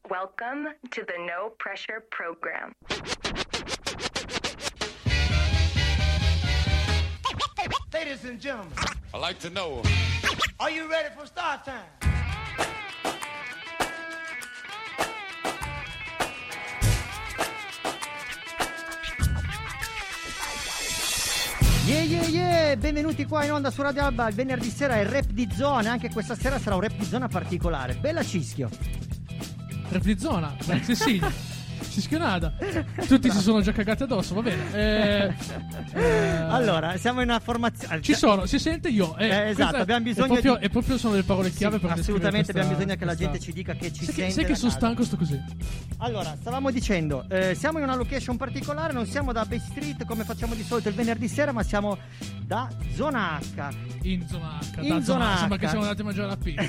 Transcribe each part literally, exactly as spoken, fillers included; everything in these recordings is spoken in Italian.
Welcome to the No Pressure Program. Ladies and gentlemen, I'd like to know, are you ready for start time? Yeah yeah yeah, benvenuti qua in onda su Radio Alba. Il venerdì sera è rap di zona. Anche questa sera sarà un rap di zona particolare. Bella Cischio. Rap di zona, Cecilia. Cischionata. Tutti si sono già cagati addosso, va bene. Eh, eh, allora, siamo in una formazione. Ci sono, si sente io. Eh, eh, esatto, abbiamo bisogno. È proprio, di... è proprio sono le parole chiave sì, per assolutamente questa, abbiamo bisogno che questa... la gente ci dica che ci sai sente. Che, sai che sono casa. stanco, sto così. Allora, stavamo dicendo, eh, siamo in una location particolare, non siamo da Bay Street come facciamo di solito il venerdì sera, ma siamo da Zona H. In Zona H. In da Zona H. Sembra che siamo andati a mangiare la pizza.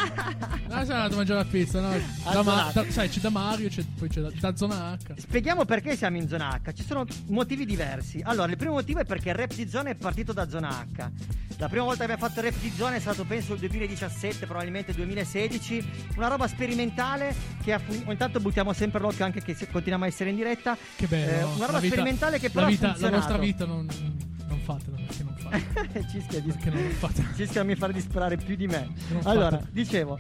No, siamo andati a mangiare la pizza, no? Da Ma- da, sai, c'è da Mario, c'è, poi c'è da, da Zona H. Spieghiamo perché siamo in Zona H. Ci sono motivi diversi. Allora, il primo motivo è perché il rap di zona è partito da Zona H. La prima volta che abbiamo fatto il rap di zona è stato, penso, il duemiladiciassette, probabilmente duemilasedici. Una roba sperimentale che ha fun- ogni tanto buttiamo sempre l'occhio, anche che se continuiamo a essere in diretta. Che bello. Eh, una roba vita, sperimentale che però la, vita, ha funzionato. la vostra vita non, non fatela, perché non fate. Cischia, dis- perché non fate. Cischia mi fare disperare più di me. Non Allora, fate. dicevo,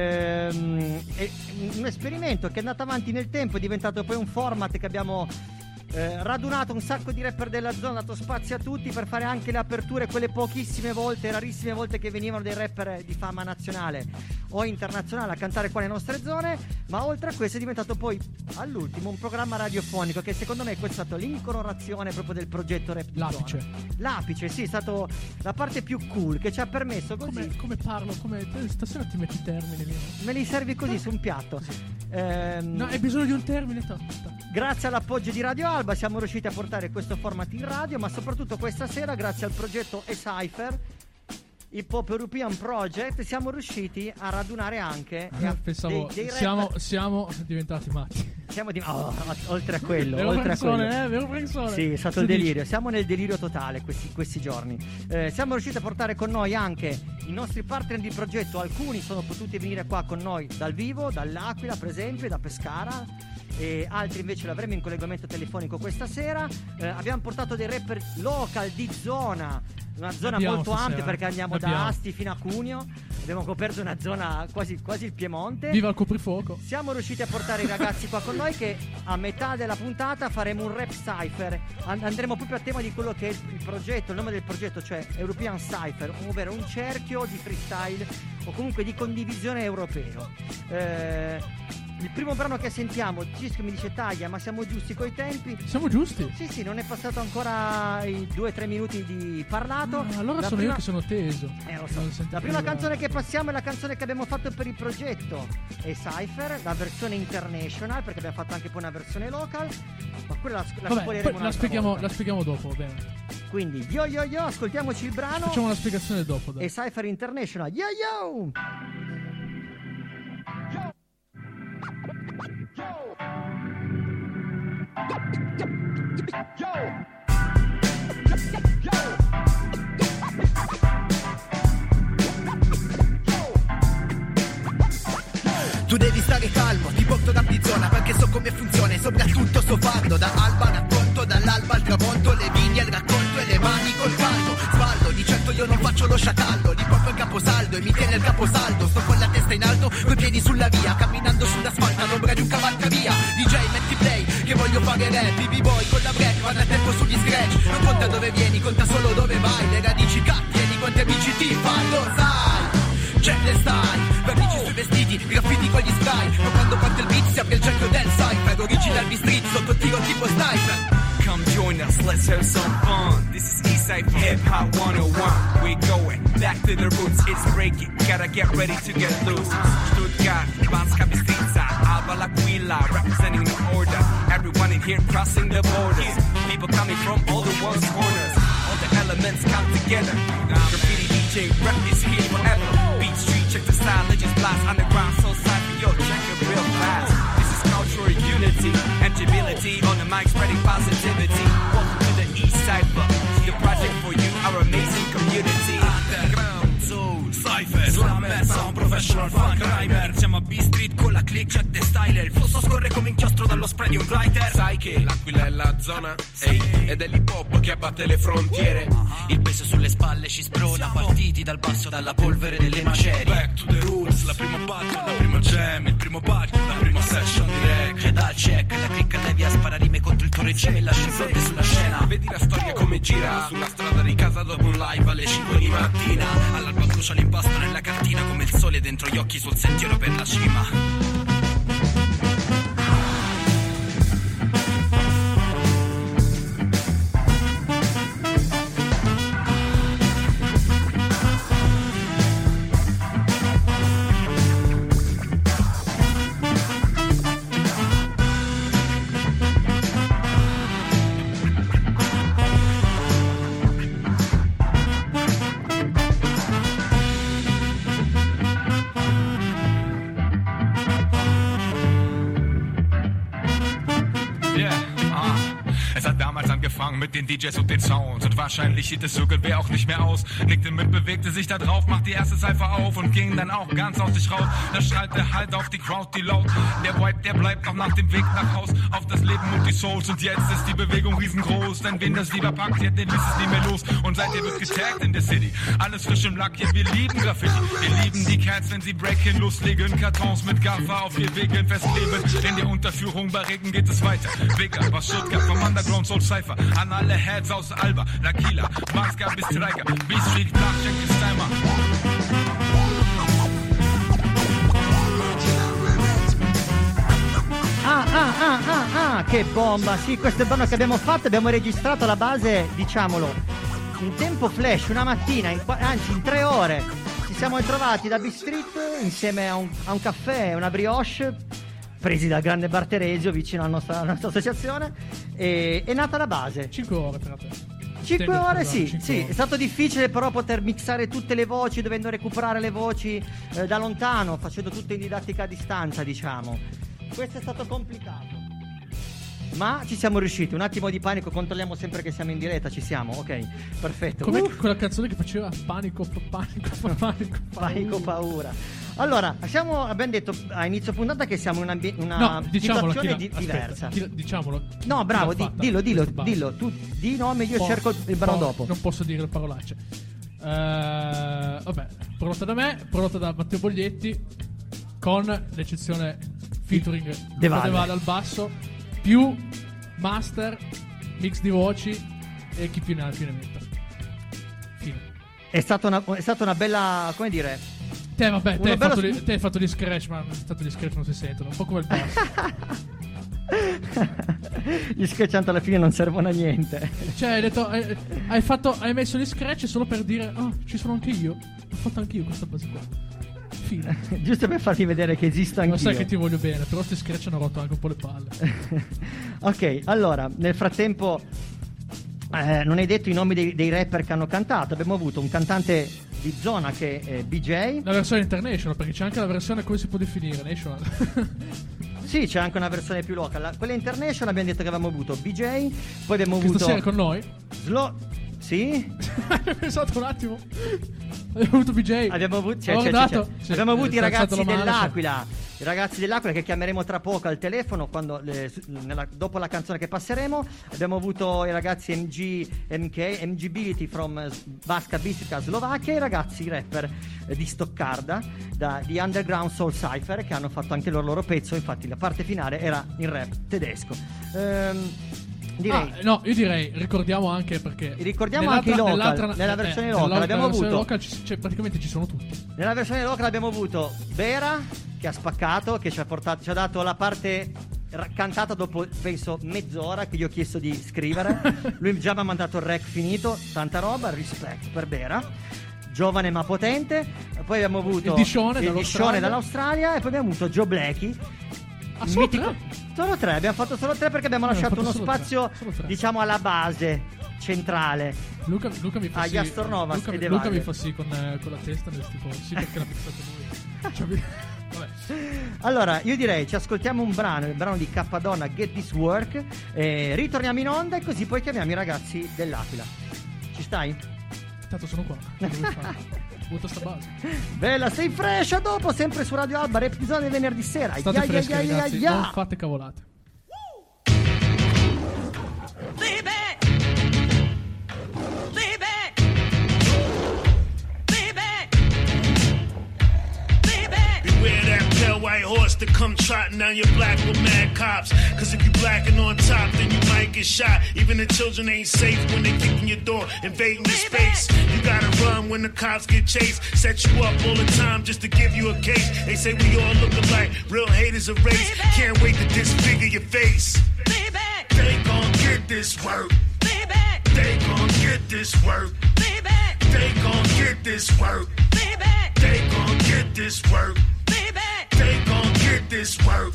ehm, è un esperimento che è andato avanti nel tempo, è diventato poi un format che abbiamo Eh, radunato un sacco di rapper della zona, dato spazio a tutti per fare anche le aperture, quelle pochissime volte, rarissime volte che venivano dei rapper di fama nazionale o internazionale a cantare qua nelle nostre zone. Ma oltre a questo è diventato poi all'ultimo un programma radiofonico che secondo me è stata l'incoronazione proprio del progetto Rap di L'apice. Zona. L'apice, sì, è stato la parte più cool che ci ha permesso così. Come, come parlo? Come, stasera ti metti i termini lì. Me li servi così su un piatto. Ehm, No, hai bisogno di un termine, to, to. Grazie all'appoggio di Radio Alba siamo riusciti a portare questo format in radio, ma soprattutto questa sera, grazie al progetto E-Cypher, Hip Hop European Project, siamo riusciti a radunare anche Eh, Pensavo, dei, dei siamo, rapper. siamo diventati matti. Siamo di... oh, oltre a quello, Vero oltre a quello. Fransone, eh, vero Fransone. Sì, è stato Tu il dici. delirio, siamo nel delirio totale questi, questi giorni. Eh, siamo riusciti a portare con noi anche i nostri partner di progetto, alcuni sono potuti venire qua con noi dal vivo, dall'Aquila per esempio, da Pescara, e altri invece l'avremo in collegamento telefonico questa sera. Eh, abbiamo portato dei rapper local di zona, una zona Abbiamo molto stasera, ampia perché andiamo abbiamo. da Asti fino a Cuneo, abbiamo coperto una zona quasi, quasi il Piemonte. Viva il coprifuoco. Siamo riusciti a portare i ragazzi qua con noi che a metà della puntata faremo un rap cypher. And- andremo proprio a tema di quello che è il, il progetto, il nome del progetto, cioè European Cypher, ovvero un cerchio di freestyle o comunque di condivisione europeo. Eh, il primo brano che sentiamo, Cisco mi dice taglia, ma siamo giusti coi tempi. Siamo giusti? Sì, sì, non è passato ancora i due o tre minuti di parlato. Ah, allora La sono prima- io che sono teso. Eh, lo so. Non sentivo La prima la- canzone che passiamo è la canzone che abbiamo fatto per il progetto è Cypher, la versione international, perché abbiamo fatto anche poi una versione local, ma quella la, la Vabbè, spoileremo poi la un'altra spieghiamo, volta. la spieghiamo dopo, va bene. Quindi yo yo yo, ascoltiamoci il brano Facciamo la spiegazione dopo, dai. e Cypher International. Yo yo! Tu devi stare calmo, ti porto da Pizzona perché so come funziona e soprattutto so farlo. Da alba racconto, dall'alba al tramonto, le vigne al racconto e le mani col caldo. Sballo, di certo io non faccio lo sciacallo, di proprio il caposaldo e mi tiene il caposaldo. Sto con la testa in alto, coi piedi sulla via, camminando sull'asfalto all'ombra di un cavalcavia. D J metti play, che voglio fare rap, B B boy con la break, vado a tempo sugli scratch. Non conta dove vieni, conta solo dove vai, le radici cattieni, quanti amici ti fai, lo sai. C'è le style, vernici sui vestiti, graffiti con gli spray. Ma quando parte il beat si apre il cerchio del cypher, original B-Street, sotto tiro tipo sniper. Come join us, let's have some fun. This is E-Cypher Hip Hop one oh one. We're going back to the roots, it's breaking. Gotta get ready to get loose. Stuttgart, Banska Bystrica, Alba L'Aquila, representing the order. Everyone in here crossing the borders. People coming from all the world's corners. All the elements come together. Graffiti D J rap is here forever. Beat Street, check the style, legends blast. Underground, so cypher, yo, check it real fast. This is cultural unity and stability on the mic, spreading positivity. Welcome to the E-Cypher, the project for you, our amazing community. Underground, soul, cypher, slammer, sound professional, funk rhymer. Siamo a B-Street con la click, check the style, il l'inchiostro dallo spray di un writer. Sai che l'Aquila è la zona, ehi, ed è l'hip hop che abbatte le frontiere. Il peso sulle spalle ci sprona, partiti dal basso, dalla polvere delle macerie. Back to the roots, la prima battle, la prima jam, il primo patch, la prima session direct. C'è dal check, la clicca devi a spara rime contro il Torre Gemella, lascia fronte sulla scena. Vedi la storia come gira, sulla strada di casa dopo un live alle cinque di mattina. All'alba brucia l'impasto nella cartina, come il sole dentro gli occhi sul sentiero per la cima. Mit den D Js und den Sounds und wahrscheinlich hielt es irgendwer auch nicht mehr aus. Nickte mit, bewegte sich da drauf, macht die erste Cypher auf und ging dann auch ganz aus sich raus. Da schreit er halt auf die Crowd, die laut. Der White, der bleibt noch nach dem Weg nach Haus auf das Leben und die Souls und jetzt ist die Bewegung riesengroß. Denn wen das lieber packt, ja, den ließ es nie mehr los. Und seitdem wird getaggt in der City. Alles frisch im Lack, ja, wir lieben Graffiti. Wir lieben die Cats, wenn sie Break-In loslegen. Kartons mit Gaffer auf ihr Wegen festkleben. In der Unterführung bei Regen geht es weiter. Bigger, was Stuttgart vom Underground Soul Cypher. An alle Heads aus Alba, L'Aquila, Baska bis Stryker, B-Street, Nachcheck, Steimer. Ah, ah, ah, ah, ah, che bomba! Sì, questo è il brano che abbiamo fatto, abbiamo registrato la base, diciamolo, in tempo flash, una mattina, in, anzi in tre ore. Ci siamo ritrovati da B-Street insieme a un, a un caffè e una brioche, presi dal grande Barteresio vicino alla nostra, alla nostra associazione, e è nata la base. cinque ore per te. cinque ore, sì, cinque sì. ore. È stato difficile però poter mixare tutte le voci, dovendo recuperare le voci eh, da lontano, facendo tutto in didattica a distanza, diciamo. Questo è stato complicato, ma ci siamo riusciti. Un attimo di panico, controlliamo sempre che siamo in diretta. Ci siamo, ok, perfetto. Come Uh, quella canzone che faceva panico, panico, panico, panico, paura. Allora, siamo, abbiamo detto a inizio puntata che siamo in una, ambi- una No, diciamolo chi situazione l'ha- di- aspetta, diversa. chi- diciamolo. chi- No, chi bravo, l'ha di- fatta, dillo, dillo, questa base. dillo. Tu di nome, io Po- cerco il brano po- dopo. Non posso dire le parolacce. Eh, vabbè, prodotta da me, prodotta da Matteo Boglietti, con l'eccezione featuring De Luca Valle. De Valle al basso, più master, mix di voci e chi più ne ha più ne metta. Fine. È stata una, è stata una bella, come dire, Te vabbè, te Una hai, bella fatto sp- di, te hai fatto di scratch, ma tanto di scratch non si sentono, un po' come il basso. gli sketch alla fine non servono a niente. Cioè, hai detto, hai, hai fatto, hai messo gli scratch solo per dire, oh, ci sono anche io. Ho fatto anche io questa base qua. Fine. Giusto per farti vedere che esisto anch'io. Lo sai che ti voglio bene, però sti scratch hanno rotto anche un po' le palle. Ok, allora, nel frattempo eh, non hai detto i nomi dei, dei rapper che hanno cantato. Abbiamo avuto un cantante di zona che è B J. La versione international, perché c'è anche la versione, come si può definire, national. Sì, c'è anche una versione più local. La- Quella international abbiamo detto che avevamo avuto B J, poi abbiamo Che avuto stasera con noi. Slow. Sì? Hai pensato un attimo? Abbiamo avuto B J. Abbiamo avuto, c'è, Ho c'è, guardato? c'è, c'è. Sì, Abbiamo avuto eh, i si è alzato ragazzi la mano, dell'Aquila. I ragazzi dell'Aquila che chiameremo tra poco al telefono quando, eh, su- nella- dopo la canzone che passeremo. Abbiamo avuto i ragazzi M G M K M G Bility from eh, Baska Bistrica Slovacchia e i ragazzi rapper eh, di Stoccarda da, di Underground Soul Cypher che hanno fatto anche il loro, loro pezzo. Infatti la parte finale era in rap tedesco. Ehm, direi Ah, no, io direi, ricordiamo anche perché. Ricordiamo anche i local, nell'altra- nella versione eh, local nella- abbiamo nella versione avuto- local ci- cioè, praticamente ci sono tutti. Nella versione local abbiamo avuto Vera che ha spaccato, che ci ha, portato, ci ha dato la parte ra- cantata dopo penso mezz'ora che gli ho chiesto di scrivere. Lui già mi ha mandato il rec finito, tanta roba, rispetto per Vera. Giovane ma potente. Poi abbiamo avuto Il Discione il dall'Australia. Discione dall'Australia e poi abbiamo avuto Joe Blackie. Ah, solo Mitico- tre? Solo tre, abbiamo fatto solo tre perché abbiamo Abbiamo lasciato uno fatto solo tre, spazio solo tre. diciamo alla base centrale. Luca, Luca mi fa Ah, sì. Jastor Novas Luca, e mi- De Luca Valle. mi fa sì con, eh, con la testa del tipo sì perché l'ha pensato lui. Cioè, mi- vabbè. Allora, io direi ci ascoltiamo un brano, il brano di Cappadonna, Get This Work, e ritorniamo in onda e così poi chiamiamo i ragazzi dell'Aquila. Ci stai? Tanto sono qua. Cosa vuoi fare? butta sta base. Bella, sei fresh, a dopo, sempre su Radio Alba, episodio venerdì sera. State Ya, ya, freschi, ya, ya, ragazzi, ya. non fate cavolate. Beware that pale white horse that come trotting down your block with mad cops. Cause if you blacking on top, then you might get shot. Even the children ain't safe when they kick in your door, invading your space. You gotta run when the cops get chased. Set you up all the time just to give you a case. They say we all look alike, real haters of race. Can't wait to disfigure your face. They gon' get this work. They gon' get this work. They gon' get this work. They gon' get this work. They gon' get this work.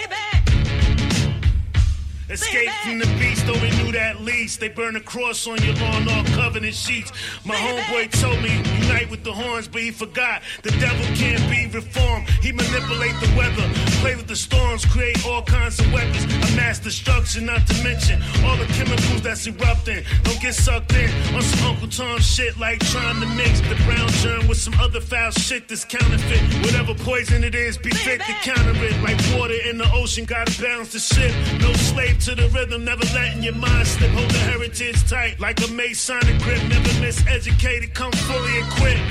Escape from the beast, though they knew that least. They burn a cross on your lawn, all covered in sheets. My homeboy told me, unite with the horns, but he forgot. The devil can't be reformed. He manipulate the weather, play with the storms, create all kinds of weapons. A mass destruction, not to mention all the chemicals that's erupting. Don't get sucked in on some Uncle Tom shit, like trying to mix the brown germ with some other foul shit that's counterfeit. Whatever poison it is, be fit to counter it. Like water in the ocean, gotta balance the ship. No slave to the rhythm, never letting your mind slip. Hold the heritage tight like a Masonic grip. Never miseducated, come fully equipped.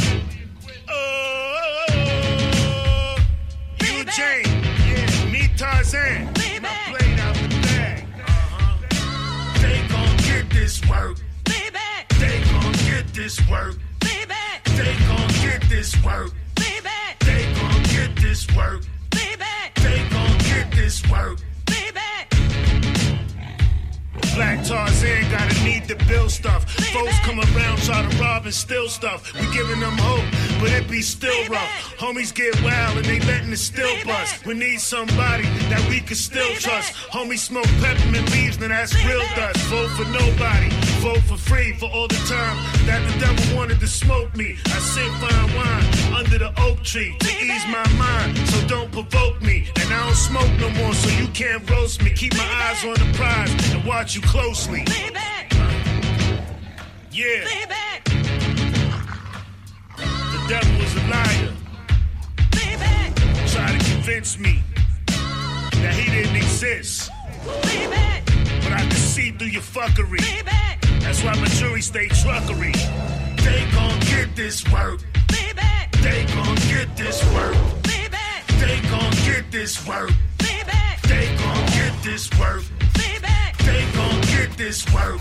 Oh, you Jane, yeah, me Tarzan. My blade out the bag. Uh-huh. They gon' get this work. They gon' get this work. They gon' get this work. They gon' get this work. They gon' get this work. Black Tarzan gotta need to build stuff. Foes come around, try to rob and steal stuff. We giving them hope, but it be still rough. Homies get wild and they letting it still bust. We need somebody that we can still trust. Homies smoke peppermint leaves, now that's real dust. Vote for nobody, vote for free for all the time that the devil wanted to smoke me. I sip fine wine under the oak tree to ease my mind, so don't provoke me. And I don't smoke no more, so you can't roast me. Keep my eyes on the prize and watch you closely. Yeah. The devil is a liar. Try to convince me that he didn't exist. But I can see through your fuckery. That's why my jury stay truckery. They gon' get this work. They gon' get this work. They gon' get this work. They gon' get this work. They gon' get this work.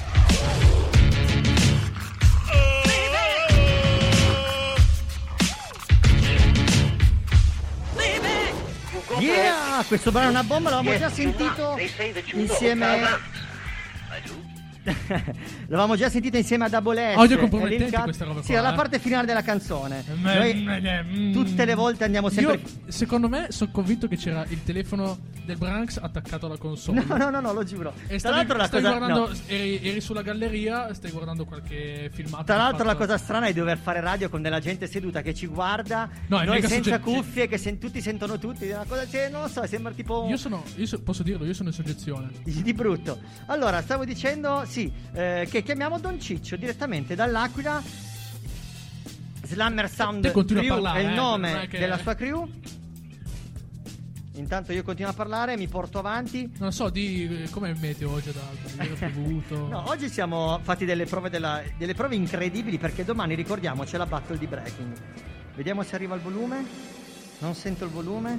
Oh. Yeah, questo brano è una bomba, l'avevamo già sentito insieme. L'avevamo già sentito insieme a Double S. Oggi è compromettente questa roba qua. Sì, alla eh. parte finale della canzone. Mm, Noi mm, tutte le volte andiamo sempre. Io, secondo me, sono convinto che c'era il telefono del Branks attaccato alla console. No, no, no, no, lo giuro. E Tra stavi, l'altro la stai cosa guardando, no. eri, eri sulla galleria, stai guardando qualche filmato. Tra l'altro fatto... la cosa strana è di dover fare radio con della gente seduta che ci guarda, no, noi mega senza sogge- cuffie, che sen- tutti sentono tutti, è una cosa, cioè, non lo so, sembra tipo Io sono, io so- posso dirlo, io sono in soggezione. di brutto. Allora, stavo dicendo, sì, eh, che chiamiamo Don Ciccio direttamente dall'Aquila. Slammer Sound Te continui a Crew parlare, è il eh, nome non è che- della sua crew. Intanto io continuo a parlare, mi porto avanti. Non so, di com'è il meteo oggi ad Alba? Ieri ho piovuto. No, oggi siamo fatti delle prove, della, delle prove incredibili perché domani, ricordiamo, c'è la battle di breaking. Vediamo se arriva il volume. Non sento il volume.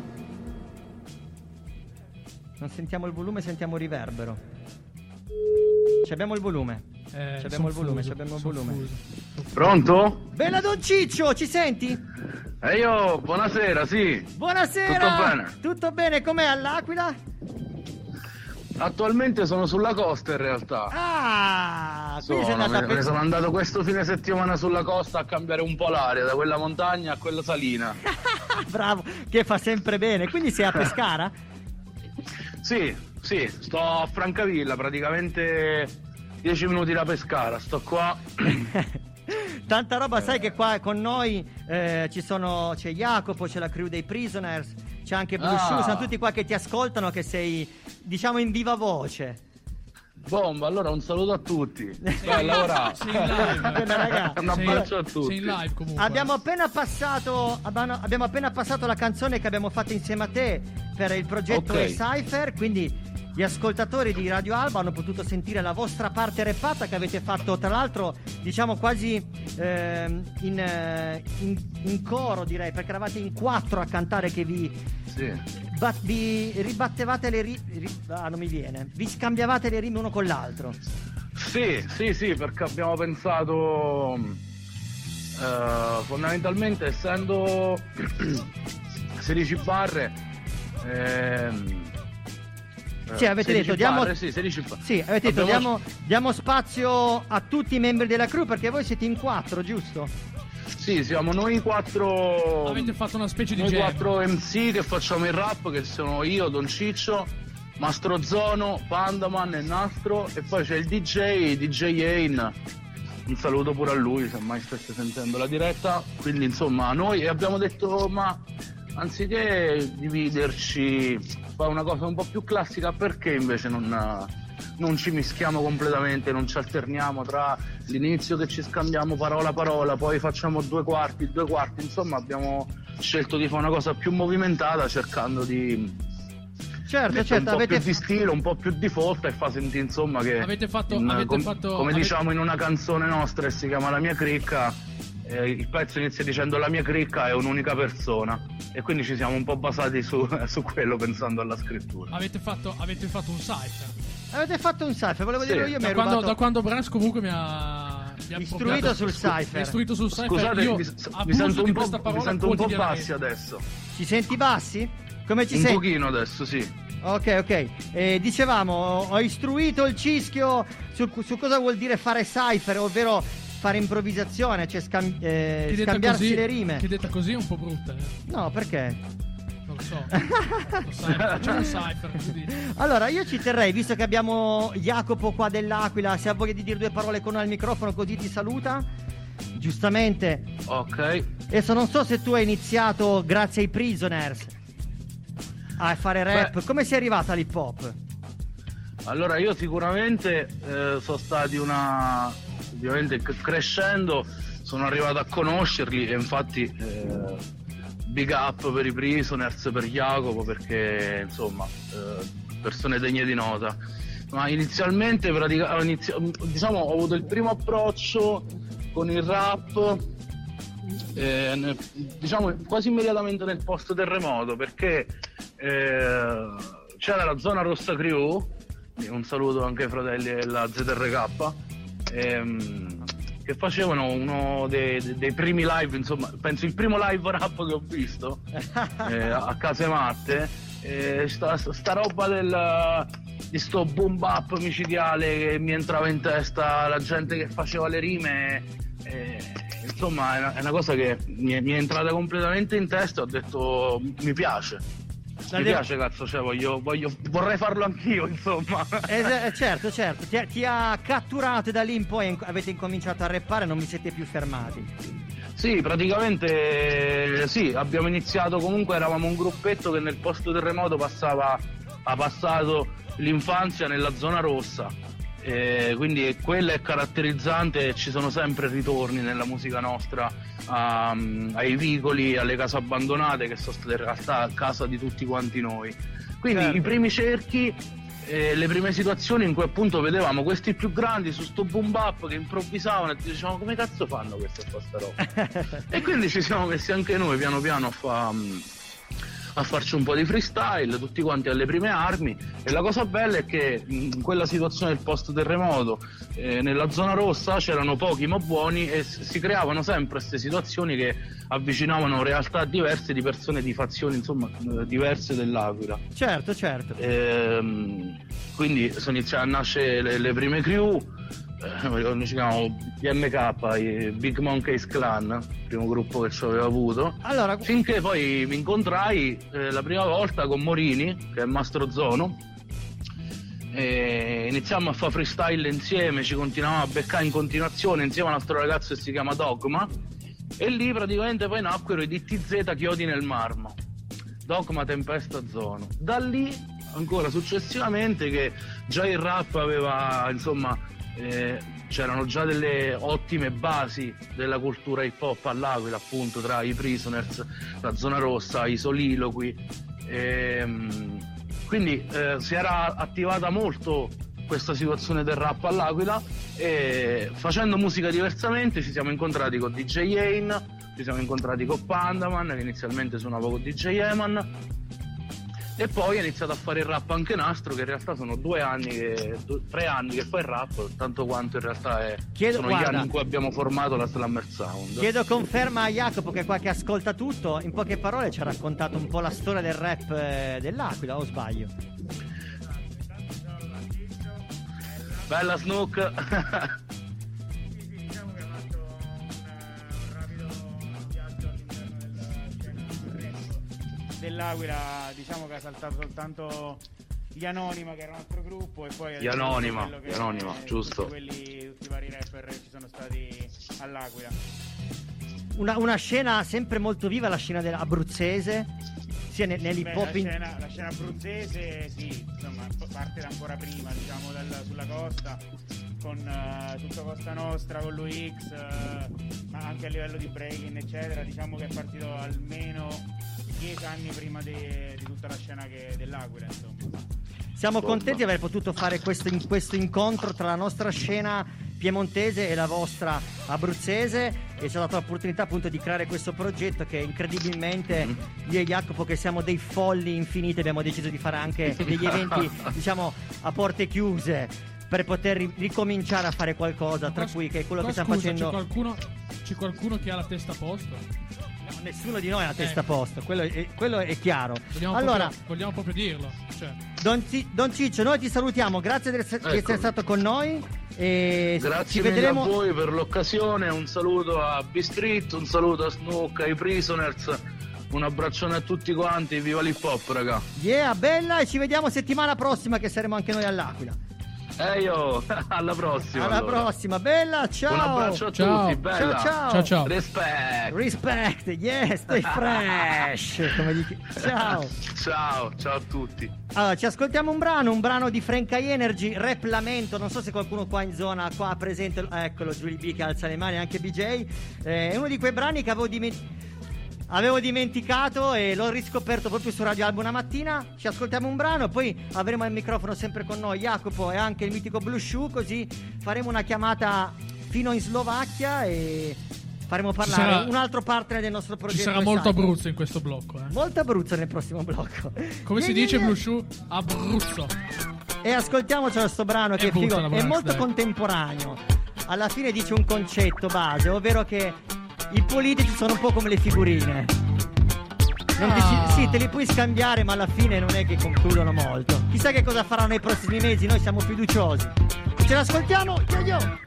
Non sentiamo il volume, sentiamo il riverbero. Ci abbiamo il volume. Eh, Ci abbiamo il son volume, fuso, ci abbiamo il son volume. fuso. Pronto? Bella Don Ciccio, ci senti? E io, buonasera, sì. Buonasera! Tutto bene? Tutto bene, com'è all'Aquila? Attualmente sono sulla costa in realtà. Ah, quindi sei Sono, andata me, a me ne pe- sono andato questo fine settimana sulla costa a cambiare un po' l'aria, da quella montagna a quella salina. Bravo, che fa sempre bene. Quindi sei a Pescara? Sì, sì, sto a Francavilla, praticamente dieci minuti da Pescara, sto qua. Tanta roba, sai che qua con noi eh, ci sono, c'è Jacopo, c'è la crew dei Prisoners, c'è anche Blue Ah. Shoe, sono tutti qua che ti ascoltano, che sei, diciamo, in viva voce. Bomba, allora un saluto a tutti. Vai a lavorare. Sei in live. Un abbraccio a tutti. Sei in live comunque. Abbiamo appena passato abbiamo, abbiamo appena passato la canzone che abbiamo fatto insieme a te per il progetto Ok. Cypher, quindi gli ascoltatori di Radio Alba hanno potuto sentire la vostra parte rappata che avete fatto, tra l'altro, diciamo quasi ehm, in, eh, in, in coro, direi, perché eravate in quattro a cantare, che vi, Sì. bat- vi ribattevate le rime, ri- ah, non mi viene, vi scambiavate le rime uno con l'altro. Sì, sì, sì, perché abbiamo pensato eh, fondamentalmente, essendo sedici barre, ehm, Sì, avete sedici detto, diamo, barre, sì, sedici barre. sì, avete detto Abbiamo- diamo, diamo spazio a tutti i membri della crew, perché voi siete in quattro, giusto? Sì, siamo noi quattro. Avete fatto una specie di Noi jam. quattro M C che facciamo il rap, che sono io, Don Ciccio, Mastro Zono, Pandaman e Nastro, e poi c'è il D J, D J Ain. Un saluto pure a lui, se mai stesse sentendo la diretta. Quindi insomma, noi abbiamo detto, ma anziché dividerci, fare una cosa un po' più classica, perché invece non, non ci mischiamo completamente, non ci alterniamo tra l'inizio che ci scambiamo parola a parola, poi facciamo due quarti, due quarti, insomma abbiamo scelto di fare una cosa più movimentata, cercando di Certo, mettere certo, un po' avete più di stile, un po' più di folta, e fa sentire insomma che Avete fatto- in- avete com- fatto- come avete- diciamo in una canzone nostra che si chiama La mia cricca, eh, il pezzo inizia dicendo la mia cricca è un'unica persona, e quindi ci siamo un po' basati su, su quello, pensando alla scrittura. Avete fatto, avete fatto un cypher. avete fatto un cypher, volevo Sì. dire io mi Da hai quando, rubato da quando Branch comunque mi ha, mi ha Istruito proprio- sul cypher. Mi ha istruito sul cypher. Scusate, Io mi, abuso mi sento di un po', questa mi parola sento un po' quotidianamente. bassi adesso, Ci senti bassi? Come ci un senti? pochino adesso, sì. Ok, ok. Eh, dicevamo, ho istruito il Cischio su, su cosa vuol dire fare cypher, ovvero fare improvvisazione, cioè scam- eh, Che detta scambiarsi così, le rime. Che detta così è un po' brutta, eh. No, perché? Non lo so. Lo sai, facciamo un cypher, così dici. Allora, io ci terrei, visto che abbiamo Jacopo qua dell'Aquila, se ha voglia di dire due parole con noi al microfono, così ti saluta. Giustamente. Ok. Adesso non so se tu hai iniziato grazie ai Prisoners a fare rap. Beh. Come sei arrivata all'hip hop? Allora, io sicuramente eh, sono stati una, ovviamente c- crescendo sono arrivato a conoscerli, e infatti eh, big up per i Prisoners, per Jacopo, perché insomma eh, persone degne di nota. Ma inizialmente pratica- ho inizi- diciamo ho avuto il primo approccio con il rap eh, ne- diciamo quasi immediatamente nel post terremoto, perché eh, c'era la Zona Rossa Crew, un saluto anche ai fratelli della Z R K, ehm, che facevano uno dei, dei- dei primi live, insomma penso il primo live rap che ho visto eh, a Casematte, eh, sta, sta roba del di sto boom bap micidiale che mi entrava in testa, la gente che faceva le rime, eh, insomma è una, è una cosa che mi è, mi è entrata completamente in testa, ho detto mi piace. La Mi de- piace, cazzo, cioè voglio, voglio, vorrei farlo anch'io, insomma. Eh, eh, certo, certo, ti, ha- ti ha catturato e da lì in poi in- avete incominciato a rappare e non vi siete più fermati. Sì, praticamente eh, sì, abbiamo iniziato, comunque eravamo un gruppetto che nel post terremoto passava, ha passato l'infanzia nella zona rossa, eh, quindi quella è caratterizzante, e ci sono sempre ritorni nella musica nostra a- ai vicoli, alle case abbandonate, che sono state in realtà a casa di tutti quanti noi. Quindi Certo. i primi cerchi, eh, le prime situazioni in cui appunto vedevamo questi più grandi su sto boom bap che improvvisavano, e dicevamo come cazzo fanno questa fa sta roba. E quindi ci siamo messi anche noi piano piano a, fa, a farci un po' di freestyle, tutti quanti alle prime armi. E la cosa bella è che in quella situazione del post terremoto, eh, nella zona rossa c'erano pochi ma buoni, e s- si creavano sempre queste situazioni che avvicinavano realtà diverse di persone di fazioni insomma eh, diverse dell'Aquila. Certo, certo. Ehm, quindi sono iniziate a nascere le, le prime crew, eh, noi ci chiamavamo B M K, i Big Monkeys Clan, il primo gruppo che ci avevo avuto, Allora, finché poi mi incontrai eh, la prima volta con Morini, che è Mastro Zono, e iniziamo a fare freestyle insieme, ci continuavamo a beccare in continuazione insieme a un altro ragazzo che si chiama Dogma, e lì praticamente poi nacquero i D T Z Chiodi nel Marmo, Dogma, Tempesta, Zono. Da lì ancora successivamente che già il rap aveva, insomma, eh, c'erano già delle ottime basi della cultura hip hop all'Aquila, appunto, tra i Prisoners, la Zona Rossa, i Soliloqui, ehm, quindi eh, si era attivata molto questa situazione del rap all'Aquila, e facendo musica diversamente ci siamo incontrati con D J Yane, ci siamo incontrati con Pandaman, che inizialmente suonava con D J Eman, e poi ha iniziato a fare il rap anche Nastro, che in realtà sono due anni che, due, tre anni che fa il rap, tanto quanto in realtà è, Chiedo, sono guarda, gli anni in cui abbiamo formato la Slammer Sound. Chiedo conferma a Jacopo, che qua che ascolta tutto, in poche parole ci ha raccontato un po' la storia del rap eh, dell'Aquila, o sbaglio? Bella Snook. Diciamo che ha fatto un rapido viaggio all'interno del dell'Aquila, diciamo che ha saltato soltanto gli Anonima, che era un altro gruppo, e poi Gli Anonima, gli Anonima, giusto. Tutti quelli, tutti i vari rapper ci sono stati all'Aquila. Una, una scena sempre molto viva, la scena dell'abruzzese, sia nell'hip hop. La scena, la scena abruzzese, sì, insomma, parte da ancora prima, diciamo, dal, sulla costa, con uh, tutta Costa Nostra, con l'U X, uh, ma anche a livello di breaking, eccetera. Diciamo che è partito almeno dieci anni prima di, di tutta la scena che, dell'Aquila, insomma. Siamo contenti di aver potuto fare questo, in, questo incontro tra la nostra scena piemontese e la vostra abruzzese, e ci ha dato l'opportunità appunto di creare questo progetto che incredibilmente io e Jacopo, che siamo dei folli infiniti, abbiamo deciso di fare anche degli eventi diciamo a porte chiuse per poter ri- ricominciare a fare qualcosa, tra cui che è quello Ma che stiamo scusa, facendo. C'è qualcuno, c'è qualcuno che ha la testa a posto? No, nessuno di noi ha la testa Eh. a posto, quello è, quello è chiaro. Vogliamo, Allora, proprio, vogliamo proprio dirlo. Cioè, Don, Ci- Don Ciccio, noi ti salutiamo, grazie di essere, di Ecco. essere stato con noi e ci Grazie mille vedremo. a voi per l'occasione, un saluto a B-Street, un saluto a Snook, ai Prisoners, un abbraccione a tutti quanti, viva l'hip hop, raga. Yeah, bella, e ci vediamo settimana prossima, che saremo anche noi all'Aquila. E io, alla prossima. Alla allora. prossima, bella, ciao. Un abbraccio a Ciao. tutti, bella. Ciao, ciao. ciao ciao. Respect. Respect, yes, stay fresh. Come dici. Ciao. Ciao, ciao a tutti. Allora, ci ascoltiamo un brano, un brano di Frankai Energy, Rap Lamento. Non so se qualcuno qua in zona, qua presente, eccolo, Giulie B che alza le mani, anche B J. Eh, è uno di quei brani che avevo dimenticato. Avevo dimenticato e l'ho riscoperto proprio su Radio Alba una mattina. Ci ascoltiamo un brano, poi avremo il microfono sempre con noi Jacopo e anche il mitico Blue Shoe, così faremo una chiamata fino in Slovacchia e faremo parlare sarà- un altro partner del nostro progetto. Ci sarà Recycle. molto Abruzzo in questo blocco. Eh. Molto Abruzzo nel prossimo blocco. Come si Yeah, dice, yeah, Blue yeah. Shoe? Abruzzo. E ascoltiamoci questo brano che È è figo, brutta la è Brax, molto dai. contemporaneo. Alla fine dice un concetto base, ovvero che i politici sono un po' come le figurine. Non dici- Ah. sì, te li puoi scambiare, ma alla fine non è che concludono molto. Chissà che cosa faranno nei prossimi mesi, noi siamo fiduciosi. Ce l'ascoltiamo? Yo yo!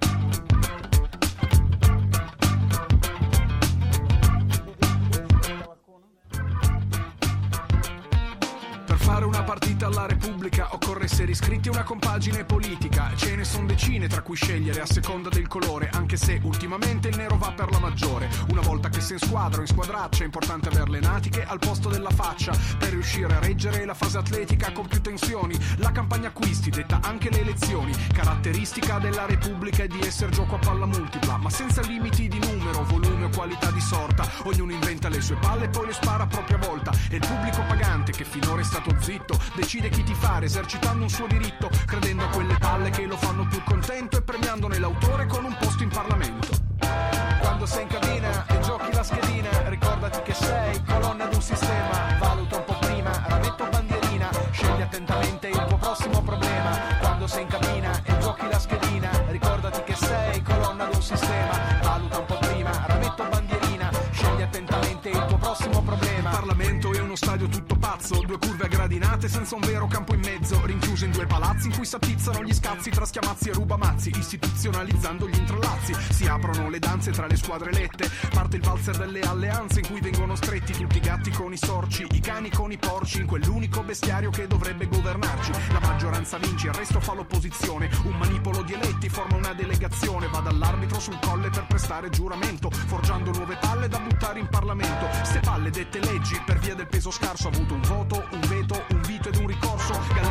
Per fare una partita alla Repubblica occorre essere iscritti a una compagine politica. Ce ne sono decine tra cui scegliere a seconda del colore, anche se ultimamente il nero va per la maggiore. Una volta che sei in squadra o in squadraccia è importante aver le natiche al posto della faccia per riuscire a reggere la fase atletica con più tensioni. La campagna acquisti detta anche le elezioni. Caratteristica della Repubblica è di essere gioco a palla multipla, ma senza limiti di numero, volume o qualità di sorta. Ognuno inventa le sue palle e poi le spara a propria volta. E il pubblico pagante, che finora è stato zitto, decide chi tifare esercitando un suo diritto, credendo a quelle palle che lo fanno più contento e premiandone l'autore con un posto in Parlamento. Quando sei in cabina e giochi la schedina, ricordati che sei colonna d'un sistema. Valuta un po' prima, rametto bandierina, scegli attentamente il tuo prossimo problema. Quando sei in cabina e giochi la schedina, ricordati che sei colonna d'un sistema. Valuta un po' prima, rametto bandierina, scegli attentamente il tuo prossimo problema. Il Parlamento è uno stadio tutto pazzo, due curve a gradinate senza un vero campo in mezzo, rinchiuso in due palazzi in cui s'attizzano gli scazzi tra schiamazzi e rubamazzi, istituzionalizzando gli intrallazzi. Si aprono le danze tra le squadre elette, parte il valzer delle alleanze in cui vengono stretti tutti i gatti con i sorci, i cani con i porci, in quell'unico bestiario che dovrebbe governarci. La maggioranza vince, il resto fa l'opposizione, un manipolo di eletti forma una delegazione, va dall'arbitro sul colle per prestare giuramento, forgiando nuove palle da buttare in Parlamento. Ste palle dette leggi per via del peso scarso, ha avuto un voto, un veto, un vito ed un ricorso.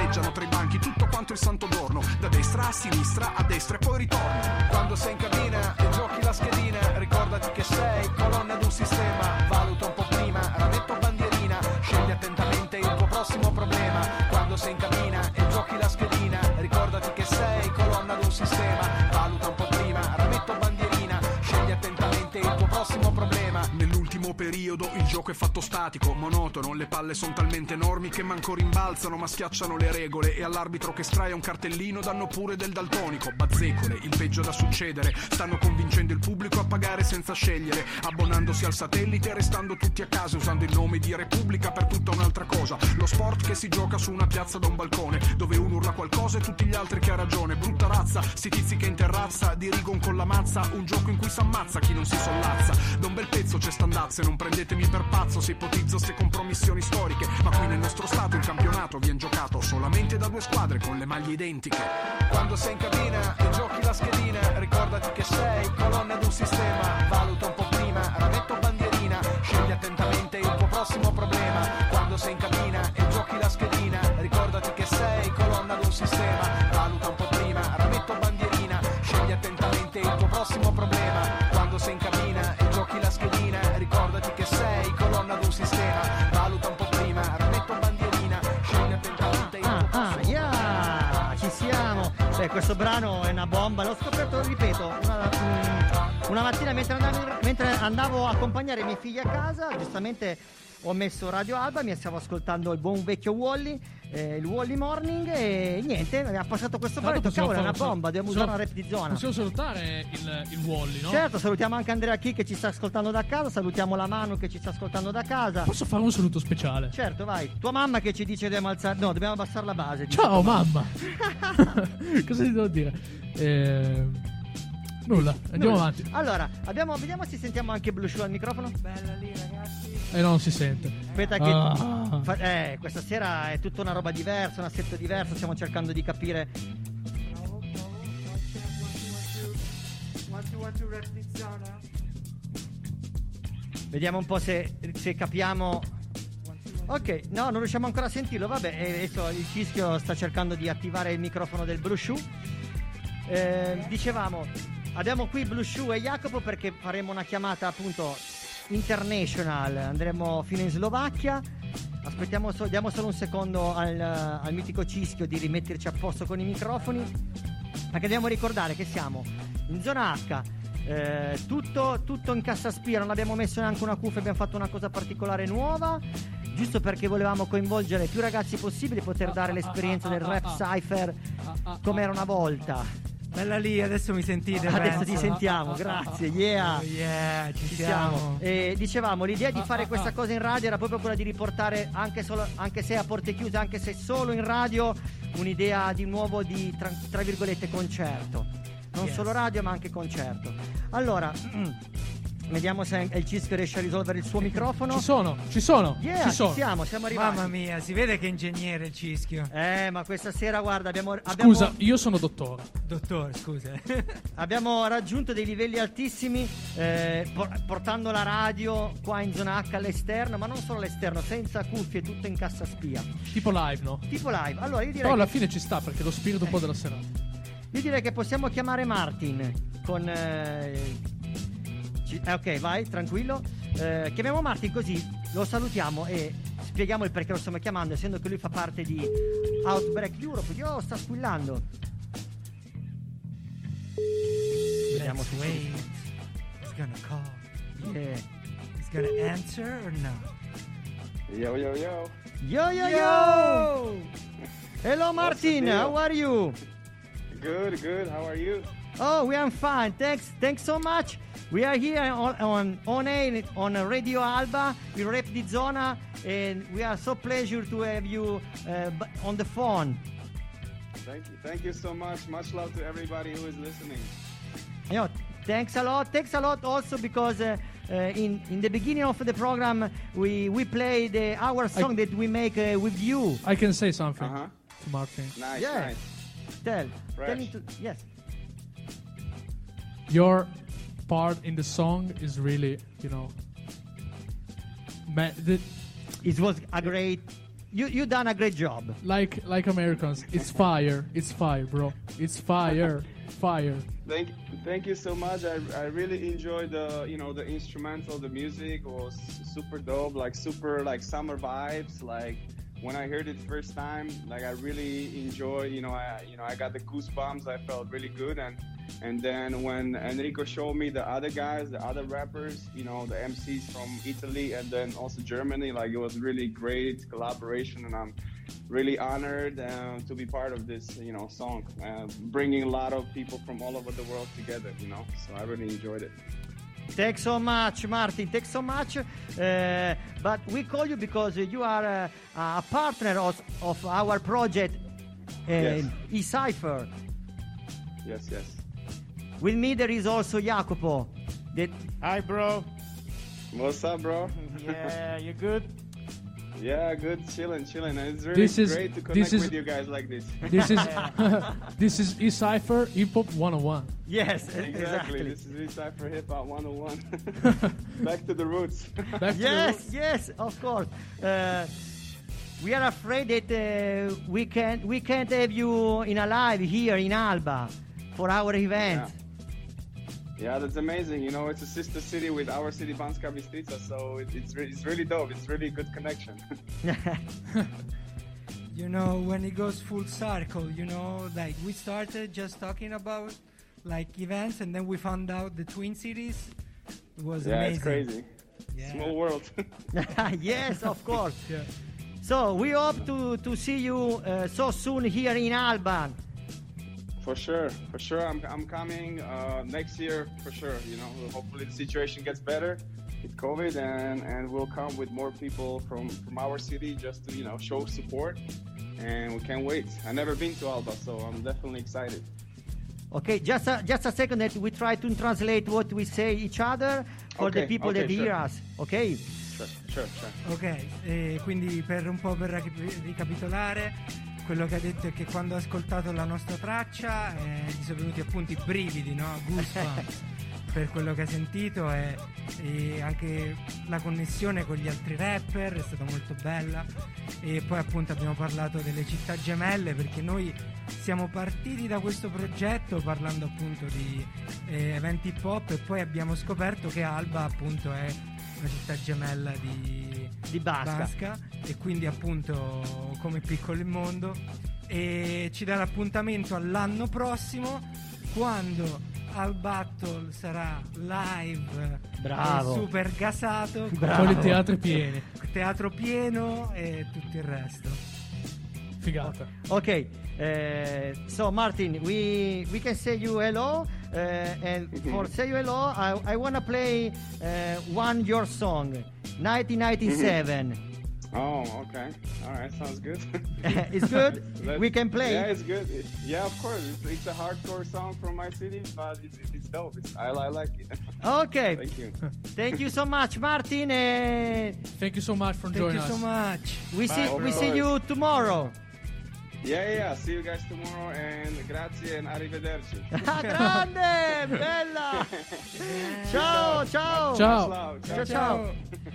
a sinistra, a destra e poi ritorno. Quando sei in cabina e giochi la schedina, ricordati che sei colonna d'un sistema. Valuta un po' prima, rametto bandierina, scegli attentamente il tuo prossimo problema. Quando sei in cabina e giochi la schedina, ricordati che sei colonna d'un sistema. Valuta un po' prima, rametto bandierina, scegli attentamente il tuo prossimo problema. Nell'ultimo periodo il gioco è fatto statico, monotono, le palle sono talmente enormi che manco rimbalzano ma schiacciano le regole, e all'arbitro che straia un cartellino danno pure del daltonico. Bazzecole, il peggio da succedere, stanno convincendo il pubblico a pagare senza scegliere, abbonandosi al satellite e restando tutti a casa, usando il nome di Repubblica per tutta un'altra cosa. Lo sport che si gioca su una piazza da un balcone, dove uno urla qualcosa e tutti gli altri che ha ragione. Brutta razza, sti tizi che in terrazza dirigon con la mazza, un gioco in cui s'ammazza chi non si sollazza. Da un bel pezzo c'è standazze, non prendetemi per pazzo se ipotizzo ste compromissioni storiche, ma qui nel nostro stato il campionato viene giocato solamente da due squadre con le maglie identiche. Quando sei in cabina e giochi la schedina, ricordati che sei colonna d'un sistema. Valuta un po' prima, rametto bandierina, scegli attentamente il tuo prossimo problema. Quando sei in cabina e giochi la schedina, ricordati che sei colonna d'un sistema. Valuta un po' prima, rametto bandierina, scegli attentamente il tuo prossimo problema. Quando sei in cabina e giochi la schedina, ricordati che sei colonna d'un sistema. Valuta un po' prima, rametto bandierina, scegli attentamente il tuo Ah, prossimo yeah, ci siamo. Beh, questo brano è una bomba. L'ho scoperto, ripeto, una, mm, una mattina mentre andavo, mentre andavo a accompagnare i miei figli a casa. Giustamente ho messo Radio Alba, mi stavo ascoltando il buon vecchio Wally, eh, il Wally Morning, e niente, mi ha passato questo brano. Ho detto, cavolo, è una bomba, dobbiamo usare una rap di zona. Possiamo salutare il, il Wally, no? Certo, salutiamo anche Andrea Chi che ci sta ascoltando da casa, salutiamo la Manu che ci sta ascoltando da casa. Posso fare un saluto speciale? Certo, vai. Tua mamma che ci dice dobbiamo alzare, no, dobbiamo abbassare la base. dice Ciao tua mamma. Cosa ti devo dire? Eh, nulla, andiamo Nulla. avanti. Allora, abbiamo, vediamo se sentiamo anche Blue Shoe al microfono. Bella lì, ragazzi. E eh, non si sente. Aspetta che Ah. fa- eh, questa sera è tutta una roba diversa, un assetto diverso, stiamo cercando di capire. Bravo, bravo. One, two, one, two, rap di zona. Vediamo un po' se, se capiamo. Ok, no, non riusciamo ancora a sentirlo. Vabbè, eh, adesso il Cischio sta cercando di attivare il microfono del Blue Shoe. Eh, dicevamo, abbiamo qui Blue Shoe e Jacopo perché faremo una chiamata appunto international. Andremo fino in Slovacchia. Aspettiamo, so- diamo solo un secondo al, al mitico Cischio di rimetterci a posto con i microfoni, perché dobbiamo ricordare che siamo in zona H. Eh, tutto, tutto in cassaspia, non abbiamo messo neanche una cuffia, abbiamo fatto una cosa particolare nuova, giusto perché volevamo coinvolgere più ragazzi possibile, poter dare l'esperienza del rap cypher come era una volta. Bella lì, adesso mi sentite? Adesso penso. ti sentiamo, grazie, yeah. Oh, yeah, ci, Ci siamo. siamo. E dicevamo, l'idea di fare questa cosa in radio era proprio quella di riportare, anche, solo, anche se a porte chiuse, anche se solo in radio, un'idea di nuovo di tra, tra virgolette concerto. Non Yes. solo radio ma anche concerto. Allora, vediamo se il Cischio riesce a risolvere il suo microfono. Ci sono, ci sono, Yeah, ci ci sono. siamo, siamo arrivati. Mamma mia, si vede che è ingegnere il Cischio. Eh, ma questa sera, guarda, abbiamo, abbiamo, Scusa, io sono dottore. Dottore, scusa. abbiamo raggiunto dei livelli altissimi, eh, por- portando la radio qua in zona H all'esterno, ma non solo all'esterno, senza cuffie, tutto in cassaspia. Tipo live, no? Tipo live. Allora, io direi, Però alla che, fine ci sta perché lo spirito un po' della serata. io direi che possiamo chiamare Martin con... eh, ci- eh, ok, vai, tranquillo. Eh, chiamiamo Martin così lo salutiamo e spieghiamo il perché lo stiamo chiamando, essendo che lui fa parte di Outbreak Europe. Io sta squillando. Vediamo Let's se wait. He's gonna call. Yeah. He's gonna answer or no? Yo, yo, yo. Yo yo yo! Hello Martin, deal? how are you? Good, good. How are you? Oh, we are fine. Thanks, thanks so much. We are here on on on air on Radio Alba, we Rap di Zona, and we are so pleasure to have you uh, b- on the phone. Thank you. Thank you so much. Much love to everybody who is listening. You know, thanks a lot. Thanks a lot also because uh, uh, in in the beginning of the program we we played uh, our song that we make uh, with you. I can say something Uh-huh. to Martin. Nice, Yeah. nice. Tell, Fresh. tell me to yes. Your part in the song is really, you know, ma- the, It was a great. you you done a great job. Like like Americans, it's fire, it's fire, bro, it's fire, fire. Thank, thank you so much. I, I really enjoyed the, you know, the instrumental, the music was super dope, like super like summer vibes. Like when I heard it first time, like I really enjoyed, you know, I, you know, I got the goosebumps. I felt really good, and and then when Enrico showed me the other guys, the other rappers, you know, the M Cs from Italy and then also Germany, like it was really great collaboration, and I'm really honored uh, to be part of this, you know, song, uh, bringing a lot of people from all over the world together, you know. So I really enjoyed it. Thanks so much, Martin. Thanks so much. Uh, but we call you because you are a, a partner of, of our project, uh, Yes. eCypher. Yes, yes. With me there is also Jacopo. That Hi, bro. What's up, bro? Yeah, you good? Yeah, good, chilling, chilling. And it's really This is- great to this connect is- with you guys like this. This is this is eCypher Hip Hop one oh one. Yes, Exactly. exactly. This is eCypher Hip Hop one oh one. Back to the roots. Back to Yes, the yes, of course. Uh, we are afraid that uh, we can't we can't have you in a live here in Alba for our event. Yeah. Yeah, that's amazing. You know, it's a sister city with our city, Banska Bystrica, so it, it's, re- it's really dope. It's really good connection. You know, when it goes full circle, you know, like we started just talking about like events, and then we found out the Twin Cities. It was Yeah, amazing. it's crazy. Yeah. Small world. Yes, of course. Yeah. So we hope to to see you uh, so soon here in Alba. For sure, for sure. I'm, I'm coming uh, next year, for sure. You know, hopefully the situation gets better with COVID, and, and we'll come with more people from, from our city just to, you know, show support. And we can't wait. I've never been to Alba, so I'm definitely excited. Okay, just a, just a second that we try to translate what we say each other for the Okay, people okay, that hear sure. us. Okay. Sure, sure, sure. Ok, e quindi per un po' per rac- ricapitolare, quello che ha detto è che quando ha ascoltato la nostra traccia eh, gli sono venuti appunto i brividi, no? Goosebumps per quello che ha sentito, e, e anche la connessione con gli altri rapper è stata molto bella. E poi appunto abbiamo parlato delle città gemelle, perché noi siamo partiti da questo progetto parlando appunto di eh, eventi hip hop, e poi abbiamo scoperto che Alba appunto è una città gemella di, Di Basca. e quindi appunto come piccolo il mondo, e ci dà l'appuntamento all'anno prossimo, quando al Battle sarà live, Bravo. e super gasato, Bravo. Con i teatri pieni. teatro pieno e tutto il resto. Figata. Okay. Uh, so Martin, we we can say you hello, uh, and for say you hello, I, I wanna play uh, one your song, nineteen ninety-seven. Oh, okay. All right, sounds good. It's good. Let's- We can play. Yeah, it's good. It- yeah, of course. It's, it's a hardcore song from my city, but it's, it's dope. It's, I, I like it. Okay. Thank you. Thank you so much, Martin. Uh, Thank you so much for Thank joining you us. so much. we see Bye, we bro. see you tomorrow. Yeah, yeah. See you guys tomorrow, and grazie and arrivederci. Ah, grande, bella. Ciao, ciao. Ciao. Much love. Ciao, ciao. Ciao, ciao.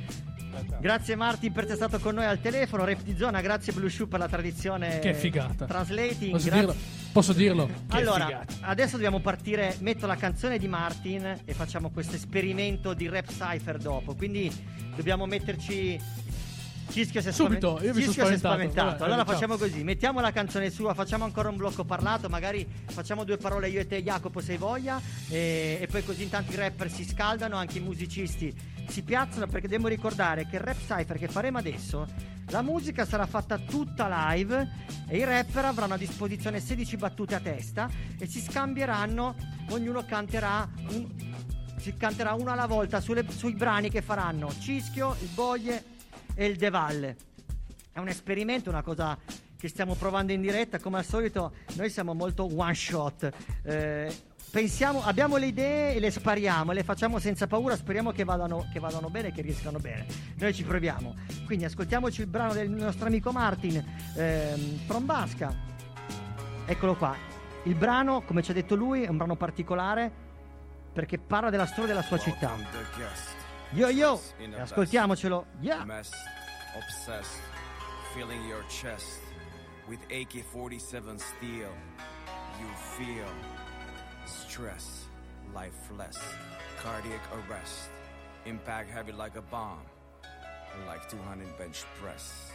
Grazie Martin per essere stato con noi al telefono. Rap di Zona, grazie Blue Shoe per la tradizione. Che figata. Translating. Posso grazie- dirlo? Posso dirlo? Che Allora, figata. adesso dobbiamo partire. Metto la canzone di Martin e facciamo questo esperimento di rap cypher dopo. Quindi dobbiamo metterci. Cischio si è Subito, spaven- io mi sono Cischio si è spaventato. spaventato. Vabbè, Allora ciao. facciamo così: mettiamo la canzone sua, facciamo ancora un blocco parlato. Magari facciamo due parole io e te, Jacopo, se hai voglia. E, e poi così intanto i rapper si scaldano, anche i musicisti si piazzano. Perché dobbiamo ricordare che il rap cypher che faremo adesso, la musica sarà fatta tutta live e i rapper avranno a disposizione sedici battute a testa e si scambieranno, ognuno canterà un, si canterà uno alla volta sulle- sui brani che faranno Cischio, il Boglie e il De Valle. È un esperimento, una cosa che stiamo provando in diretta. Come al solito noi siamo molto one shot. Eh, pensiamo, abbiamo le idee e le spariamo, le facciamo senza paura. Speriamo che vadano, che vadano bene, che riescano bene. Noi ci proviamo. Quindi ascoltiamoci il brano del nostro amico Martin, ehm, From Basca. Eccolo qua. Il brano, come ci ha detto lui, è un brano particolare perché parla della storia della sua città. Yo yo, ascoltiamocelo. Yeah. Mess, obsessed, filling your chest with A K forty-seven steel. You feel stress, lifeless, cardiac arrest, impact heavy like a bomb, like two hundred bench press.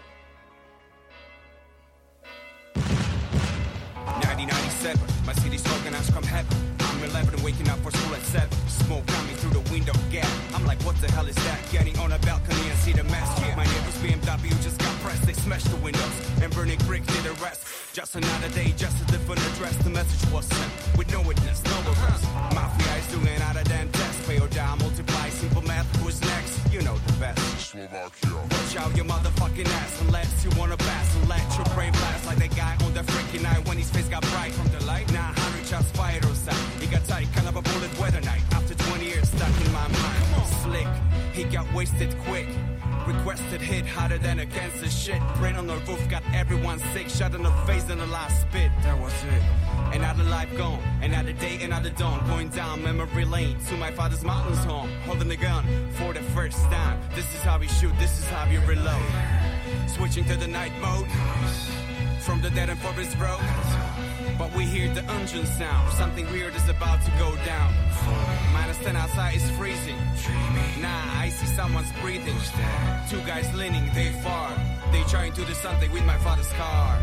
nineteen ninety-seven, my city's organized come heaven. I'm eleven, waking up for school at seven. Smoke coming through the window gap. I'm like, what the hell is that? Getting on a balcony and see the mess. Yeah. My neighbor's B M W just got pressed. They smashed the windows and burning bricks did the rest. Just another day, just a different address. The message was sent with no witness, no arrest. Mafia is doing out of damn test. Pay or die, multiply, simple math. Who's next? You know the best. Slovakia. Watch out your motherfucking ass unless you wanna pass and let your brain blast like that guy on the freaking night when his face got bright from the light. nine hundred shots fired or side. He got tight, kind of a bullet weather night. After twenty years stuck in my mind. Slick, he got wasted quick. Requested hit hotter than a cancer shit. Brain on the roof got everyone sick. Shot in the face and the last spit. That was it. Another life gone. Another day, another dawn. Going down memory lane to my father's mountains home. Holding the gun for the first time. This is how we shoot, this is how we reload. Switching to the night mode. From the dead and forest road. But we hear the engine sound. Something weird is about to go down. Minus ten outside is freezing. Nah, I see someone's breathing. Two guys leaning, they far. They trying to do something with my father's car.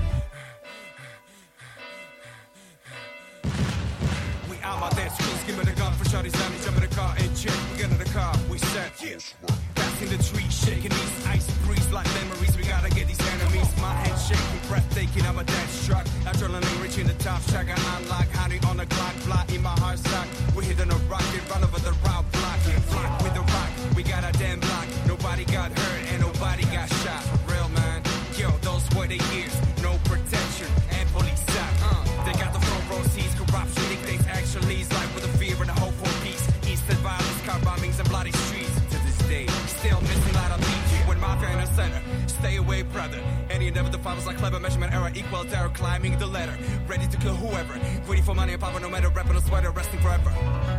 We out my dance schools, give me the gun for shorty's down. Jump in the car and check. We get in the car, we set. Passing the tree, shaking these ice breeze like memories. We gotta get these enemies. My head shaking, breathtaking. I'm a dead struck. Adrenaline reaching the top. Shotgun unlock, honey on the clock. Block in my heart sock. We hitting a rocket, run over the route block. Flock with the rock, we got a damn block. Nobody got hurt and nobody got shot. For real, man. Yo, those were the years. No protection and police out. Uh, they got the front row seats. Corruption dictates actually life with a fear and a hope for peace. Eastern violence, car bombings and bloody streets. To this day, still missing a lot of people. When mafia in the center, stay away, brother. Any and ever the fathers like clever measurement error, equal terror, climbing the ladder, ready to kill whoever, greedy for money and power, no matter rapping or sweater, resting forever.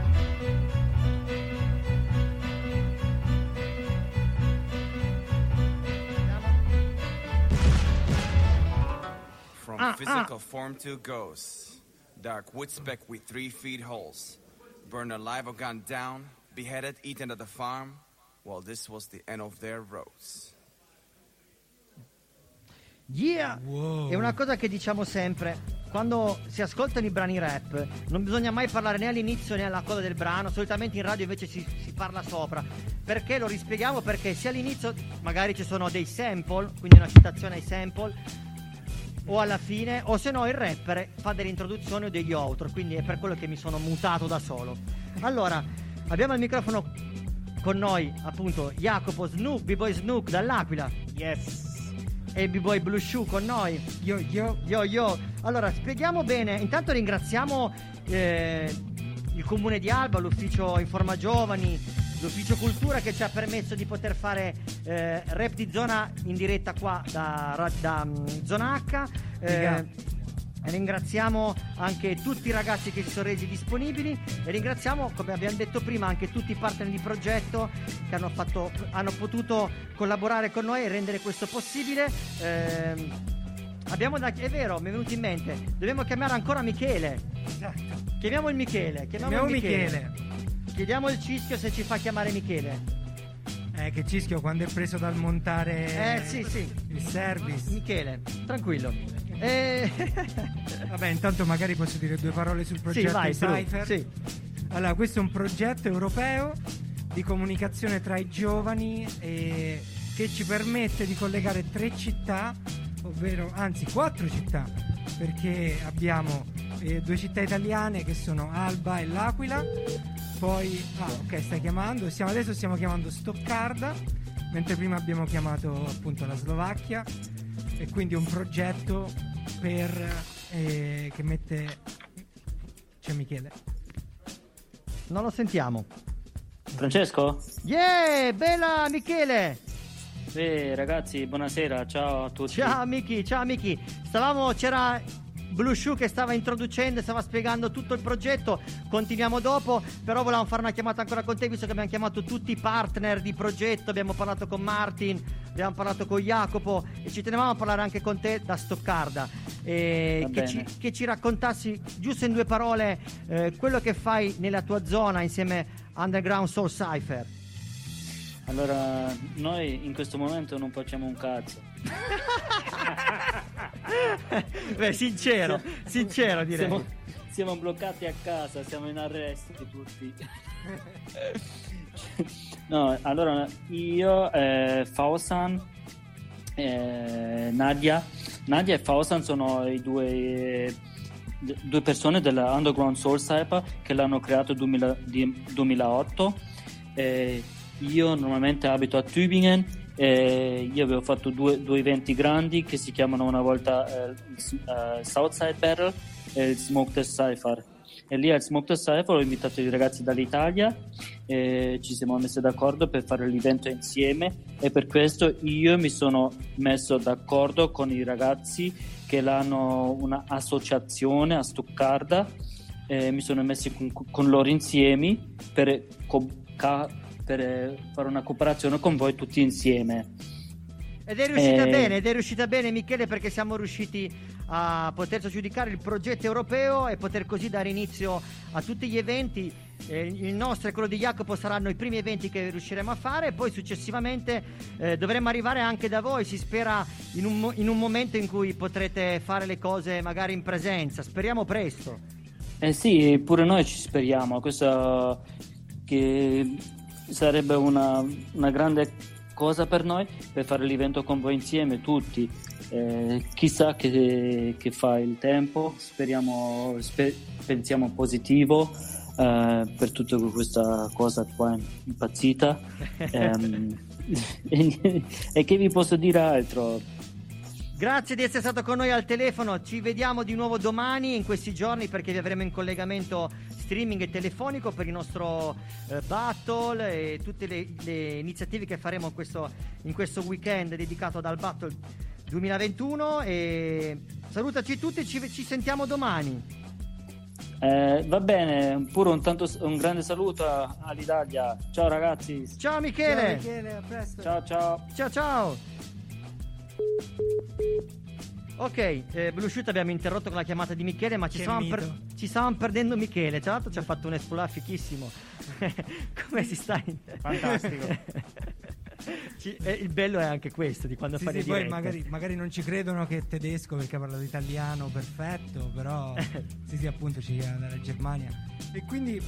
From ah, physical ah. form to ghosts, dark wood speck with three feet holes, burned alive or gone down, beheaded, eaten at the farm. Well, this was the end of their roads. Yeah! Wow. È una cosa che diciamo sempre. Quando si ascoltano i brani rap non bisogna mai parlare né all'inizio né alla coda del brano. Solitamente in radio invece si, si parla sopra. Perché lo rispieghiamo? Perché sia all'inizio magari ci sono dei sample, quindi una citazione ai sample, o alla fine, o se no il rapper fa delle introduzioni o degli outro. Quindi è per quello che mi sono mutato da solo. Allora, abbiamo al microfono con noi appunto Jacopo Snook, B-Boy Snook dall'Aquila. Yes. E B-Boy Blue Shoe con noi. Yo yo Yo yo. Allora spieghiamo bene. Intanto ringraziamo eh, il comune di Alba, l'ufficio Informa Giovani, l'ufficio Cultura che ci ha permesso di poter fare eh, rap di zona in diretta qua da, da um, Zona H. Eh, ringraziamo anche tutti i ragazzi che si sono resi disponibili e ringraziamo, come abbiamo detto prima, anche tutti i partner di progetto che hanno, fatto, hanno potuto collaborare con noi e rendere questo possibile. Eh, abbiamo da, è vero, mi è venuto in mente, dobbiamo chiamare ancora Michele. Esatto. Chiamiamo il Michele. Chiamiamo, Chiamiamo il Michele. Michele. Chiediamo il Cischio se ci fa chiamare Michele. Eh, che Cischio quando è preso dal montare Eh sì sì. il service. Michele, tranquillo. Eh... Vabbè, intanto magari posso dire due parole sul progetto Sì, vai, Cypher. sì. Allora, questo è un progetto europeo di comunicazione tra i giovani e che ci permette di collegare tre città, ovvero, anzi quattro città, perché abbiamo eh, due città italiane che sono Alba e L'Aquila. Poi, ah ok, stai chiamando, stiamo, adesso stiamo chiamando Stoccarda, mentre prima abbiamo chiamato appunto la Slovacchia. E quindi un progetto per eh, che mette. C'è Michele. Non lo sentiamo. Francesco? Yeah, bella Michele. Eh ragazzi, buonasera, ciao a tutti. Ciao Miki, ciao Miki. Stavamo, c'era Blue Shoe che stava introducendo e stava spiegando tutto il progetto. Continuiamo dopo, però volevamo fare una chiamata ancora con te, visto che abbiamo chiamato tutti i partner di progetto. Abbiamo parlato con Martin, abbiamo parlato con Jacopo e ci tenevamo a parlare anche con te da Stoccarda, eh, che, ci, che ci raccontassi giusto in due parole eh, quello che fai nella tua zona insieme a Underground Soul Cypher. Allora, noi in questo momento non facciamo un cazzo. Beh, sincero, sincero direi. Siamo, siamo bloccati a casa, siamo in arresto tutti. No, allora io, eh, Fausan, eh, Nadia. Nadia e Fausan sono i due, eh, due persone della Underground Soul Cypher che l'hanno creato nel duemilaotto. Eh, io normalmente abito a Tübingen. Eh, io avevo fatto due, due eventi grandi che si chiamano una volta eh, uh, Southside Battle e il Smoke the Cypher, e lì al Smoke the Cypher ho invitato i ragazzi dall'Italia e ci siamo messi d'accordo per fare l'evento insieme, e per questo io mi sono messo d'accordo con i ragazzi che hanno un'associazione a Stoccarda, e mi sono messi con, con loro insieme per co- ca- per fare una cooperazione con voi tutti insieme. Ed è riuscita eh... bene, ed è riuscita bene Michele, perché siamo riusciti a poter giudicare il progetto europeo e poter così dare inizio a tutti gli eventi. Eh, il nostro e quello di Jacopo saranno i primi eventi che riusciremo a fare, e poi successivamente eh, dovremo arrivare anche da voi, si spera in un, in un momento in cui potrete fare le cose magari in presenza, speriamo presto. Eh sì, pure noi ci speriamo, questo che sarebbe una, una grande cosa per noi, per fare l'evento con voi insieme tutti. Eh, chissà che, che fa il tempo, speriamo, sper- pensiamo positivo eh, per tutta questa cosa qua impazzita. ehm, e, e che vi posso dire altro? Grazie di essere stato con noi al telefono, ci vediamo di nuovo domani in questi giorni, perché vi avremo in collegamento streaming e telefonico per il nostro eh, battle e tutte le, le iniziative che faremo in questo, in questo weekend dedicato dal Battle duemilaventuno. E salutaci tutti, ci, ci sentiamo domani. Eh, va bene, pure un, tanto, un grande saluto all'Italia. Ciao ragazzi. Ciao Michele. Ciao Michele, a presto. Ciao ciao. Ciao ciao. Ok, eh, Blue Shoot abbiamo interrotto con la chiamata di Michele, ma ci stavamo, per, ci stavamo perdendo Michele. Tra l'altro ci ha fatto un esploit fichissimo. Come si sta? In... Fantastico. ci, eh, il bello è anche questo di quando sì, fai sì, le poi dirette. magari, magari non ci credono che è tedesco perché ha parlato italiano perfetto, però sì sì, appunto ci viene dalla Germania. E quindi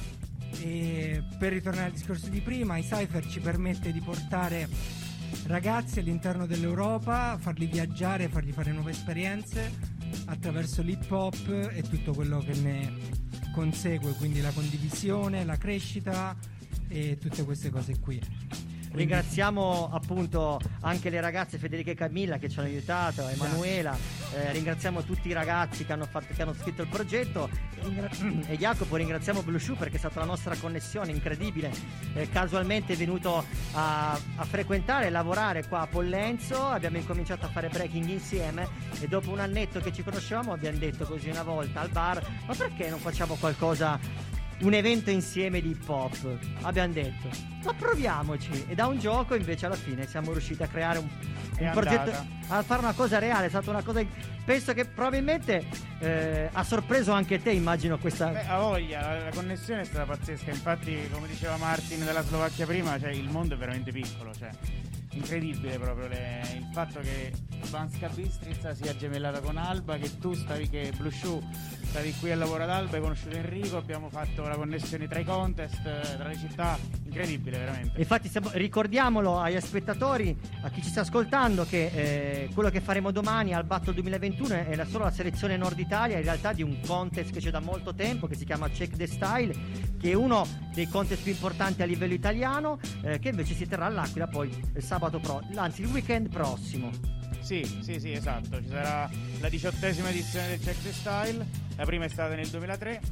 eh, per ritornare al discorso di prima, i Cypher ci permette di portare ragazzi all'interno dell'Europa, farli viaggiare, fargli fare nuove esperienze attraverso l'hip hop e tutto quello che ne consegue, quindi la condivisione, la crescita e tutte queste cose qui. Quindi... Ringraziamo appunto anche le ragazze Federica e Camilla che ci hanno aiutato, Emanuela, eh, ringraziamo tutti i ragazzi che hanno, fatto, che hanno scritto il progetto, Ringra- e Jacopo, ringraziamo Blue Shoe perché è stata la nostra connessione incredibile, eh, casualmente è venuto a, a frequentare e lavorare qua a Pollenzo, abbiamo incominciato a fare breaking insieme e dopo un annetto che ci conoscevamo abbiamo detto così una volta al bar: ma perché non facciamo qualcosa, un evento insieme di hip hop? Abbiamo detto, ma proviamoci, e da un gioco invece alla fine siamo riusciti a creare un, un progetto, a fare una cosa reale. È stata una cosa, penso che probabilmente eh, ha sorpreso anche te, immagino questa. Beh, a voglia, la, la connessione è stata pazzesca, infatti come diceva Martin della Slovacchia prima, cioè il mondo è veramente piccolo, cioè incredibile proprio le, il fatto che Banska Bistrica sia gemellata con Alba, che tu stavi, che Blue Shoe stavi qui a lavorare ad Alba, hai conosciuto Enrico, abbiamo fatto la connessione tra i contest, tra le città, incredibile veramente. Infatti stiamo, ricordiamolo agli spettatori, a chi ci sta ascoltando, che eh, quello che faremo domani al Battle duemilaventuno è la, solo la selezione Nord Italia, in realtà di un contest che c'è da molto tempo, che si chiama Check the Style, che è uno dei contest più importanti a livello italiano, eh, che invece si terrà all'Aquila poi il sabato pro, anzi il weekend prossimo. Sì, sì, sì, esatto, ci sarà la diciottesima edizione del Check the Style, la prima è stata nel duemilatré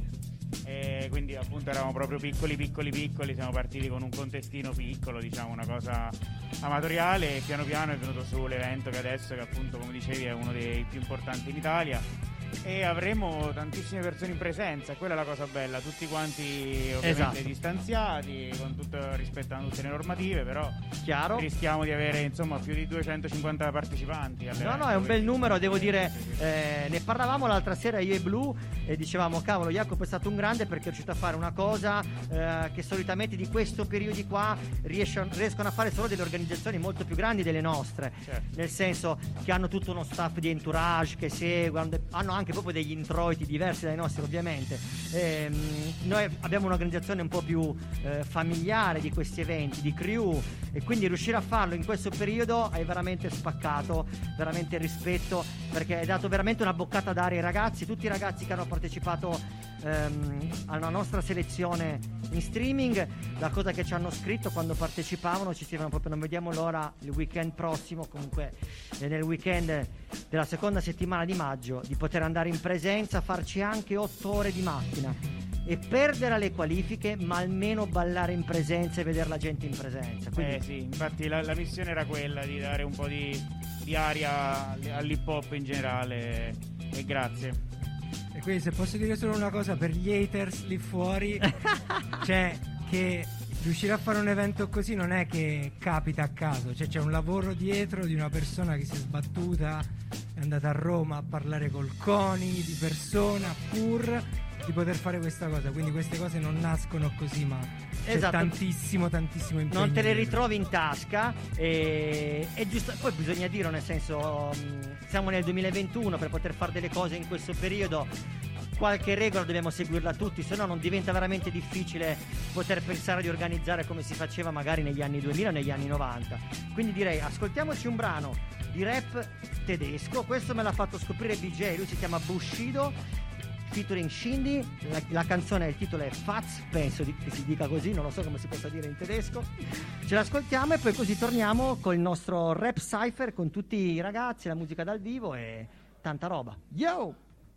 e quindi appunto eravamo proprio piccoli piccoli piccoli, siamo partiti con un contestino piccolo, diciamo una cosa amatoriale, e piano piano è venuto su l'evento che adesso, che appunto come dicevi è uno dei più importanti in Italia, E avremo tantissime persone in presenza, quella è la cosa bella, tutti quanti ovviamente Esatto. distanziati, con tutto, rispettando tutte le normative, però Chiaro. rischiamo di avere insomma più di duecentocinquanta partecipanti. No, no, è un bel numero, devo dire, eh, ne parlavamo l'altra sera io e Blu e dicevamo, cavolo, Jacopo è stato un grande perché è riuscito a fare una cosa eh, che solitamente di questo periodo qua riescono, riescono a fare solo delle organizzazioni molto più grandi delle nostre, certo. Nel senso che hanno tutto uno staff di entourage che seguono, hanno anche proprio degli introiti diversi dai nostri ovviamente. Ehm, noi abbiamo un'organizzazione un po' più eh, familiare di questi eventi, di crew, e quindi riuscire a farlo in questo periodo hai veramente spaccato, veramente rispetto, perché hai dato veramente una boccata d'aria ai ragazzi, tutti i ragazzi che hanno partecipato ehm, alla nostra selezione in streaming, la cosa che ci hanno scritto quando partecipavano, ci scrivono proprio non vediamo l'ora il weekend prossimo, comunque eh, nel weekend della seconda settimana di maggio, di poter andare in presenza, farci anche otto ore di macchina e perdere alle qualifiche, ma almeno ballare in presenza e vedere la gente in presenza. Quindi... Eh sì, infatti la, la missione era quella di dare un po' di, di aria all'hip hop in generale, e grazie. E quindi se posso dire solo una cosa per gli haters lì fuori, cioè che riuscire a fare un evento così non è che capita a caso, cioè c'è un lavoro dietro di una persona che si è sbattuta, è andata a Roma a parlare col CONI di persona pur di poter fare questa cosa, quindi queste cose non nascono così, ma c'è Esatto. tantissimo tantissimo impegno. Non te le dietro. ritrovi in tasca e, e giusto, poi bisogna dire, nel senso, mh, siamo nel duemilaventuno, per poter fare delle cose in questo periodo qualche regola dobbiamo seguirla tutti, se no non diventa veramente difficile poter pensare di organizzare come si faceva magari negli anni duemila o negli anni novanta. Quindi direi ascoltiamoci un brano di rap tedesco, questo me l'ha fatto scoprire B J, lui si chiama Bushido featuring Shindy, la, la canzone, il titolo è Fats, penso di, che si dica così, non lo so come si possa dire in tedesco. Ce l'ascoltiamo e poi così torniamo con il nostro rap cypher con tutti i ragazzi, la musica dal vivo e tanta roba. Yo!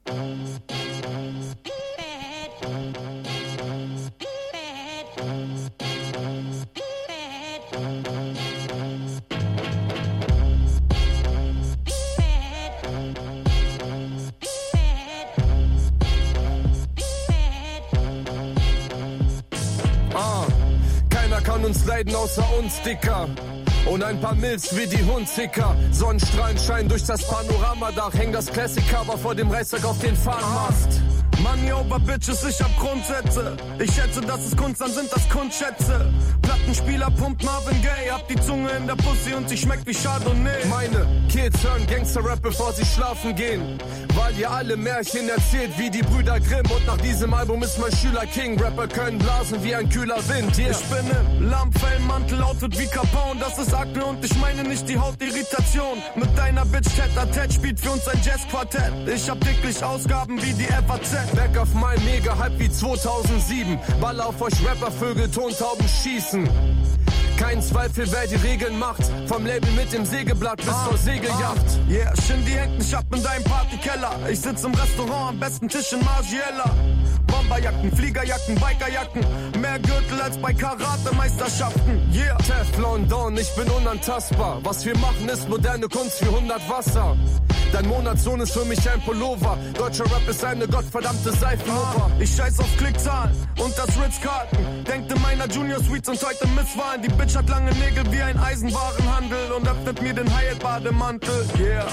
Ah, keiner kann uns leiden außer uns, Dicker. Und ein paar Mills wie die Hunziker. Sonnenstrahlen scheinen durch das Panoramadach. Häng das Classic-Cover vor dem Reißsack auf den Fahnenmast. Money over Bitches, ich hab Grundsätze. Ich schätze, dass es Kunst, dann sind das Kunstschätze. Plattenspieler pumpt Marvin Gaye, hab die Zunge in der Pussy und sie schmeckt wie Chardonnay. Meine Kids hören Gangster-Rap, bevor sie schlafen gehen. Weil ihr alle Märchen erzählt wie die Brüder Grimm. Und nach diesem Album ist mein Schüler King. Rapper können blasen wie ein kühler Wind. Yeah. Ich bin im Lammfellmantel, Outfit wie Capone. Das ist Akne und ich meine nicht die Hautirritation. Mit deiner Bitch Tet-a-Tet spielt für uns ein Jazzquartett. Ich hab täglich Ausgaben wie die F A Z. Back auf mein Mega-Hype wie zweitausendsieben. Ball auf euch Rappervögel, Tontauben schießen. Kein Zweifel, wer die Regeln macht. Vom Label mit dem Sägeblatt bis ah, zur Segelyacht. Ah, yeah, Shindy hängt nicht ab in deinem Partykeller. Ich sitz im Restaurant, am besten Tisch in Margiela. Bomberjacken, Fliegerjacken, Bikerjacken. Mehr Gürtel als bei Karate-Meisterschaften. Yeah. Teflon Don, ich bin unantastbar. Was wir machen ist moderne Kunst wie hundert Wasser. Dein Monatslohn ist für mich ein Pullover. Deutscher Rap ist eine gottverdammte Seifenoper. Ah, ich scheiß auf Klickzahlen und das Ritz-Carlton. Denkt in meiner Junior Suite und heute Misswahlen. Die Bitch hat lange Nägel wie ein Eisenwarenhandel und öffnet mir den Hyatt-Bademantel. Yeah.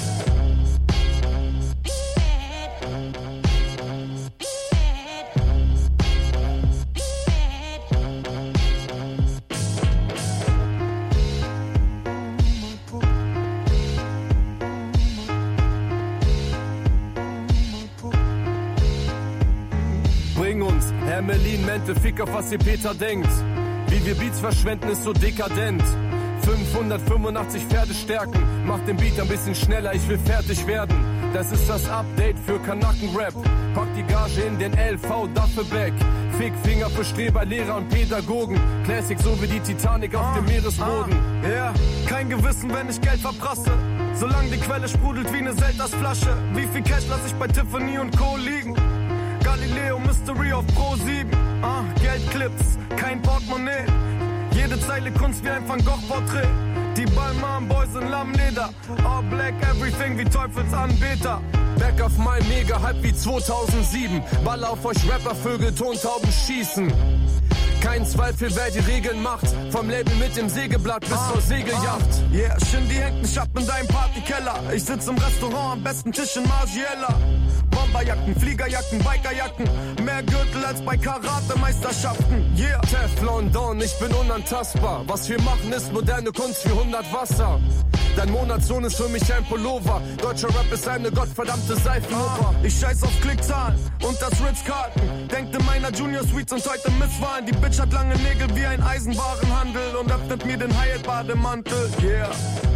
Bring uns Hermelin, Mente, Fick auf was ihr Peter denkt. Wie wir Beats verschwenden ist so dekadent. fünfhundertfünfundachtzig Pferdestärken, macht den Beat ein bisschen schneller, ich will fertig werden. Das ist das Update für Kanaken-Rap. Pack die Gage in den L V Duffelback. Fickfinger für Streber, Lehrer und Pädagogen. Classic so wie die Titanic auf ah, dem Meeresboden. Ja, ah, yeah. Kein Gewissen, wenn ich Geld verprasse. Solange die Quelle sprudelt wie eine Selters-Flasche. Wie viel Cash lass ich bei Tiffany und Co. liegen? Galileo Mystery auf Pro sieben. Ah, Geldclips, kein Portemonnaie. Jede Zeile Kunst wie ein Van Gogh-Porträt. Die Balmain Boys in Lammleder. All black, everything wie Teufelsanbeter. Back auf mein Mega-Hype wie zweitausendsieben. Ball auf euch Rappervögel, Tontauben schießen. Kein Zweifel, wer die Regeln macht. Vom Label mit dem Sägeblatt bis zur Segelyacht. Yeah, Shindy hängt nicht ab in deinem Partykeller. Ich sitz im Restaurant am besten Tisch in Margiela. Bomberjacken, Fliegerjacken, Bikerjacken. Mehr Gürtel als bei Karate-Meisterschaften. Yeah. Teflon Don, ich bin unantastbar. Was wir machen ist moderne Kunst wie hundert Wasser. Dein Monatslohn ist für mich ein Pullover. Deutscher Rap ist eine gottverdammte Seifenoper. Ich scheiß auf Klickzahlen und das Ritz-Karten. Denkt in meiner Junior Suite sind heute Misswahlen. Die Bitch hat lange Nägel wie ein Eisenwarenhandel und öffnet mir den Hyatt-Bademantel. Yeah.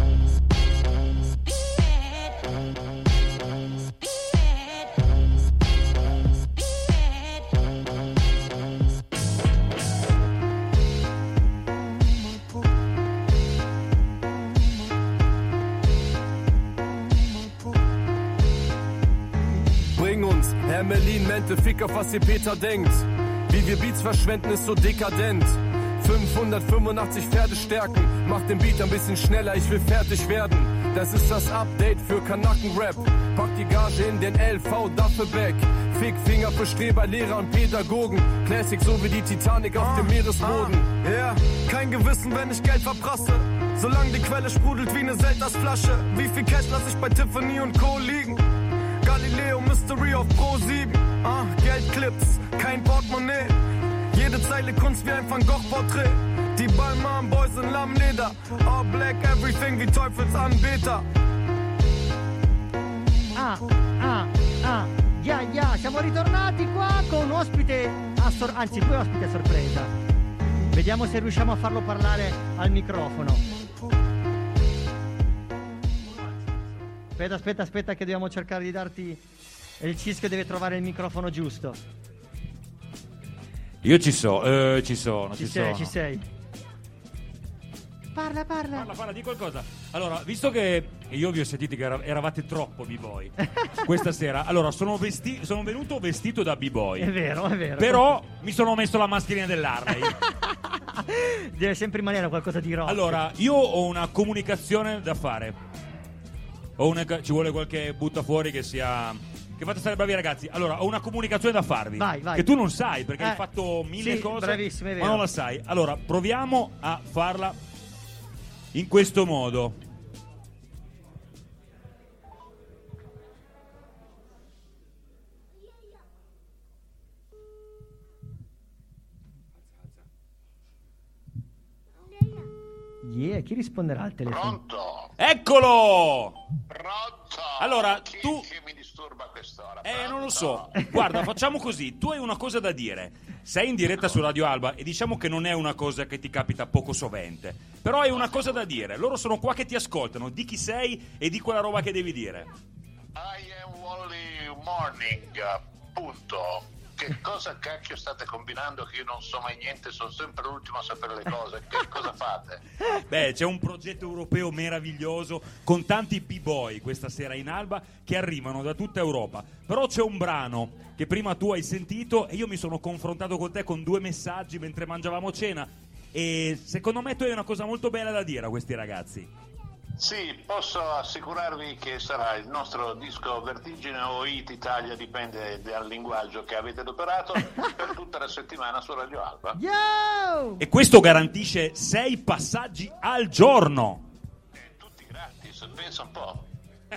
Hermelin, Mente, Fick auf was ihr Peter denkt. Wie wir Beats verschwenden ist so dekadent. fünfhundertfünfundachtzig Pferdestärken. Macht den Beat ein bisschen schneller, ich will fertig werden. Das ist das Update für Kanaken-Rap. Pack die Gage in den L V Duffelback. Fickfinger für Streber, Lehrer und Pädagogen. Classic so wie die Titanic auf dem Meeresboden. Ja, yeah. Kein Gewissen, wenn ich Geld verprasse. Solange die Quelle sprudelt wie eine Selters-Flasche. Wie viel Cash lass ich bei Tiffany und Co. liegen? Galileo Mystery auf Pro sieben. Ah, Geldclips, kein Portemonnaie. Jede Zeile Kunst wie ein Van Gogh-Porträt. Die Balmain Boys in Lammleder. All black everything wie Teufelsanbeter. Ah, ah, ah. Ya, ya, siamo ritornati qua con un ospite, a sor- anzi due ospiti a sorpresa. Vediamo se riusciamo a farlo parlare al microfono. Aspetta, aspetta, aspetta che dobbiamo cercare di darti... Il Cischio deve trovare il microfono giusto. Io ci so, eh, ci sono, Ci ci sei, sono. ci sei. Parla, parla. Parla, parla, di qualcosa. Allora, visto che io vi ho sentiti che era- eravate troppo b-boy questa sera, allora sono, vesti- sono venuto vestito da b-boy. È vero, è vero. Però mi sono messo la mascherina dell'Harley. Deve sempre rimanere qualcosa di rock. Allora, io ho una comunicazione da fare. Ho una, ci vuole qualche butta fuori che sia... Che fate stare bravi ragazzi. Allora, ho una comunicazione da farvi. Vai, vai. Che tu non sai, perché Eh, hai fatto mille sì, cose. bravissimo, è vero. Ma non la sai. Allora, proviamo a farla in questo modo. Yeah, chi risponderà al telefono? Pronto? Eccolo! Pronto? Allora, Chi tu... che mi disturba a quest'ora? Eh, non lo so. Guarda, facciamo così. Tu hai una cosa da dire. Sei in diretta su Radio Alba e diciamo che non è una cosa che ti capita poco sovente. Però hai una cosa da dire. Loro sono qua che ti ascoltano. Di chi sei e di quella roba che devi dire. I am Wally Morning, punto. Che cosa cacchio state combinando che io non so mai niente, sono sempre l'ultimo a sapere le cose. Che cosa fate? Beh, c'è un progetto europeo meraviglioso con tanti b-boy questa sera in Alba che arrivano da tutta Europa. Però c'è un brano che prima tu hai sentito e io mi sono confrontato con te con due messaggi mentre mangiavamo cena e secondo me tu hai una cosa molto bella da dire a questi ragazzi. Sì, posso assicurarvi che sarà il nostro disco Vertigine o Hit Italia, dipende dal linguaggio che avete adoperato, per tutta la settimana su Radio Alba. Yo! E questo garantisce sei passaggi al giorno. Tutti gratis, pensa un po'.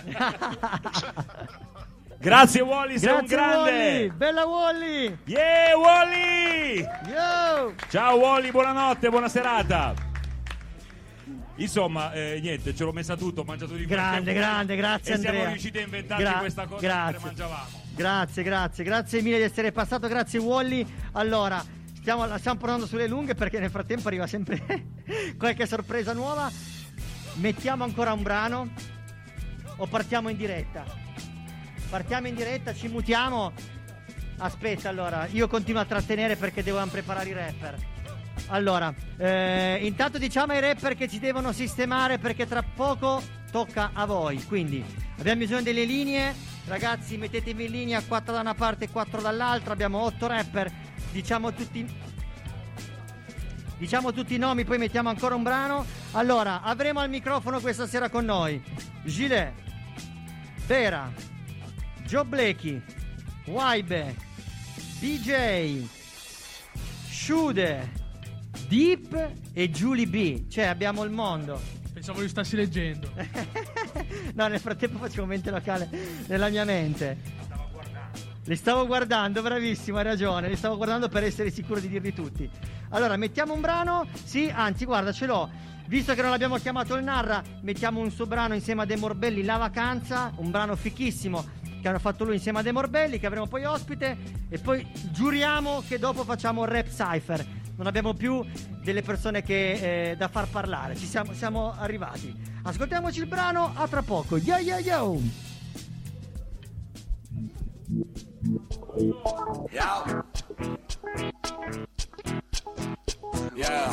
Grazie Wally, sei un Grazie, grande. Wally! Bella Wally! Yeah, Wally! Yo! Ciao Wally, buonanotte, buona serata. Insomma, eh, niente, ce l'ho messa tutto, ho mangiato di Grande, grande, grazie e Andrea. siamo riusciti a inventarci Gra- questa cosa grazie. mentre mangiavamo. Grazie, grazie, grazie mille di essere passato, grazie Wally. Allora, stiamo, la stiamo portando sulle lunghe perché nel frattempo arriva sempre qualche sorpresa nuova. Mettiamo ancora un brano o partiamo in diretta? Partiamo in diretta, ci mutiamo. Aspetta, allora, io continuo a trattenere perché devo preparare i rapper. Allora, eh, intanto diciamo ai rapper che ci devono sistemare perché tra poco tocca a voi. Quindi abbiamo bisogno delle linee. Ragazzi, mettetevi in linea, quattro da una parte e quattro dall'altra. Abbiamo otto rapper. Diciamo tutti Diciamo tutti i nomi, poi mettiamo ancora un brano. Allora, avremo al microfono questa sera con noi Gilet, Vera, Joe Blakey, Waibe, D J, Shude, Deep e Julie B. Cioè abbiamo il mondo. Pensavo li stassi leggendo. No, nel frattempo facevo mente locale nella mia mente. Li stavo guardando, bravissimo, hai ragione. Li stavo guardando per essere sicuro di dirli tutti. Allora, mettiamo un brano. Sì, anzi, guarda, ce l'ho. Visto che non l'abbiamo chiamato il Narra, mettiamo un suo brano insieme a De Morbelli, La Vacanza. Un brano fichissimo che hanno fatto lui insieme a De Morbelli, che avremo poi ospite. E poi giuriamo che dopo facciamo un rap cypher. Non abbiamo più delle persone che eh, da far parlare. Ci siamo, siamo arrivati. Ascoltiamoci il brano, a tra poco. Yo yo yo! Yeah. Yeah.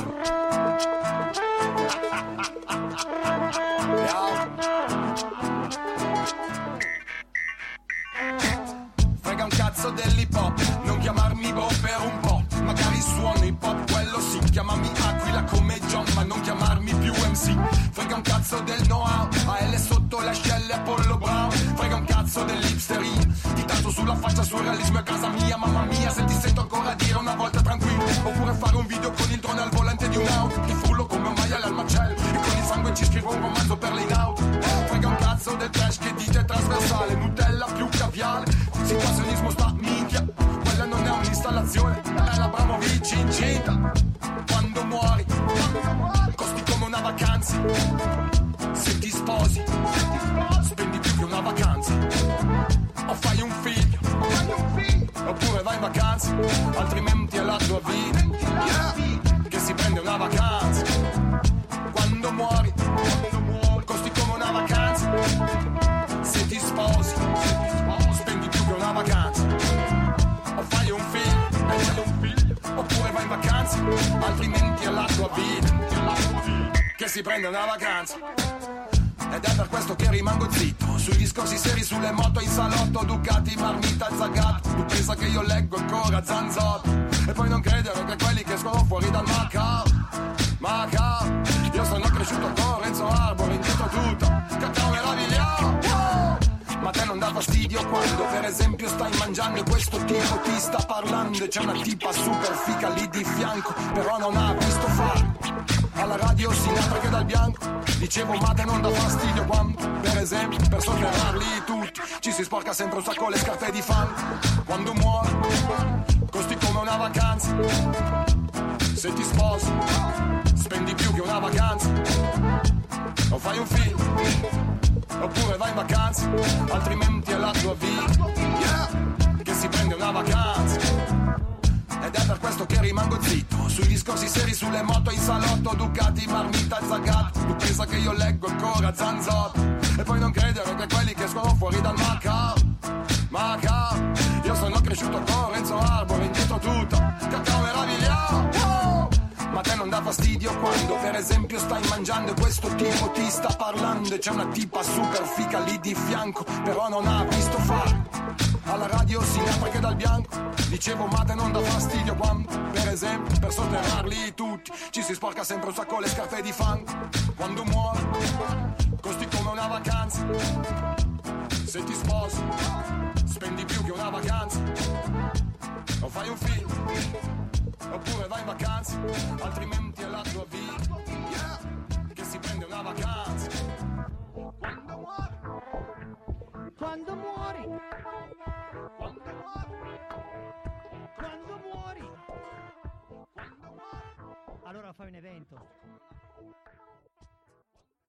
Frega un cazzo dell'hip hop, non chiamarmi Bo per un po'. Magari suono hip hop, quello sì. Chiamami Aquila come John, ma non chiamarmi più M C. Frega un cazzo del know-how, A L sotto le ascelle Apollo Brown. Frega un cazzo dell'hipsteria, ti tanto sulla faccia surrealismo è casa mia. Mamma mia, se ti sento ancora dire una volta tranquillo. Oppure fare un video con il drone al volante di un'auto. Ti frullo come un maiale al macello e con il sangue ci scrivo un romanzo per le in-out. Frega un cazzo del trash che dite trasversale, Nutella più caviale. Situazionismo sta minchia, quella non è un'installazione, è l'Abramovic incinta. Quando muori, costi come una vacanza. Se ti sposi, spendi più che una vacanza. O fai un figlio, oppure vai in vacanza. Altrimenti è la tua vita, yeah, che si prende una vacanza. Quando muori, costi come una vacanza. Se ti sposi, spendi più che una vacanza. O fai un figlio, oppure vai in vacanza. Altrimenti è la tua vita che si prende una vacanza. Ed è per questo che rimango zitto sui discorsi seri, sulle moto in salotto, Ducati, Marmita, Zagato. Tu pensa che io leggo ancora Zanzotto e poi non credere che quelli che escono fuori dal Macao, Macao. Io sono cresciuto con Renzo Arbore, indietro tutto, cacao meraviglioso. Ma te non dà fastidio quando per esempio stai mangiando e questo tipo ti sta parlando e c'è una tipa super fica lì di fianco, però non ha visto fare. Alla radio Sinatra che dal bianco, dicevo ma te non dà fastidio quando per esempio per sotterrarli tutti ci si sporca sempre un sacco le scarpe di fango. Quando muori costi come una vacanza. Se ti sposi spendi più che una vacanza. O fai un film, oppure vai in vacanza. Altrimenti è la tua vita, yeah, che si prende una vacanza. Ed è per questo che rimango zitto sui discorsi seri, sulle moto in salotto, Ducati, Marmita, Zagato. Tu pensa che io leggo ancora Zanzotto e poi non credere che quelli che escono fuori dal Macao, Macao. Io sono cresciuto con Renzo Arbore, indietro tutto, cacao meraviglioso. Ma te non dà fastidio quando per esempio stai mangiando e questo tipo ti sta parlando e c'è una tipa super fica lì di fianco, però non ha visto fare. Alla radio Sinatra che dal bianco, dicevo ma te non dà fastidio quando per esempio per sotterrarli tutti ci si sporca sempre un sacco le scarpe di fango. Quando muori costi come una vacanza. Se ti sposi spendi più che una vacanza. O fai un film, oppure vai in vacanza. Altrimenti è la tua vita, yeah, che si prende una vacanza. Quando muori, Quando muori, quando muori, quando muori, allora fai un evento.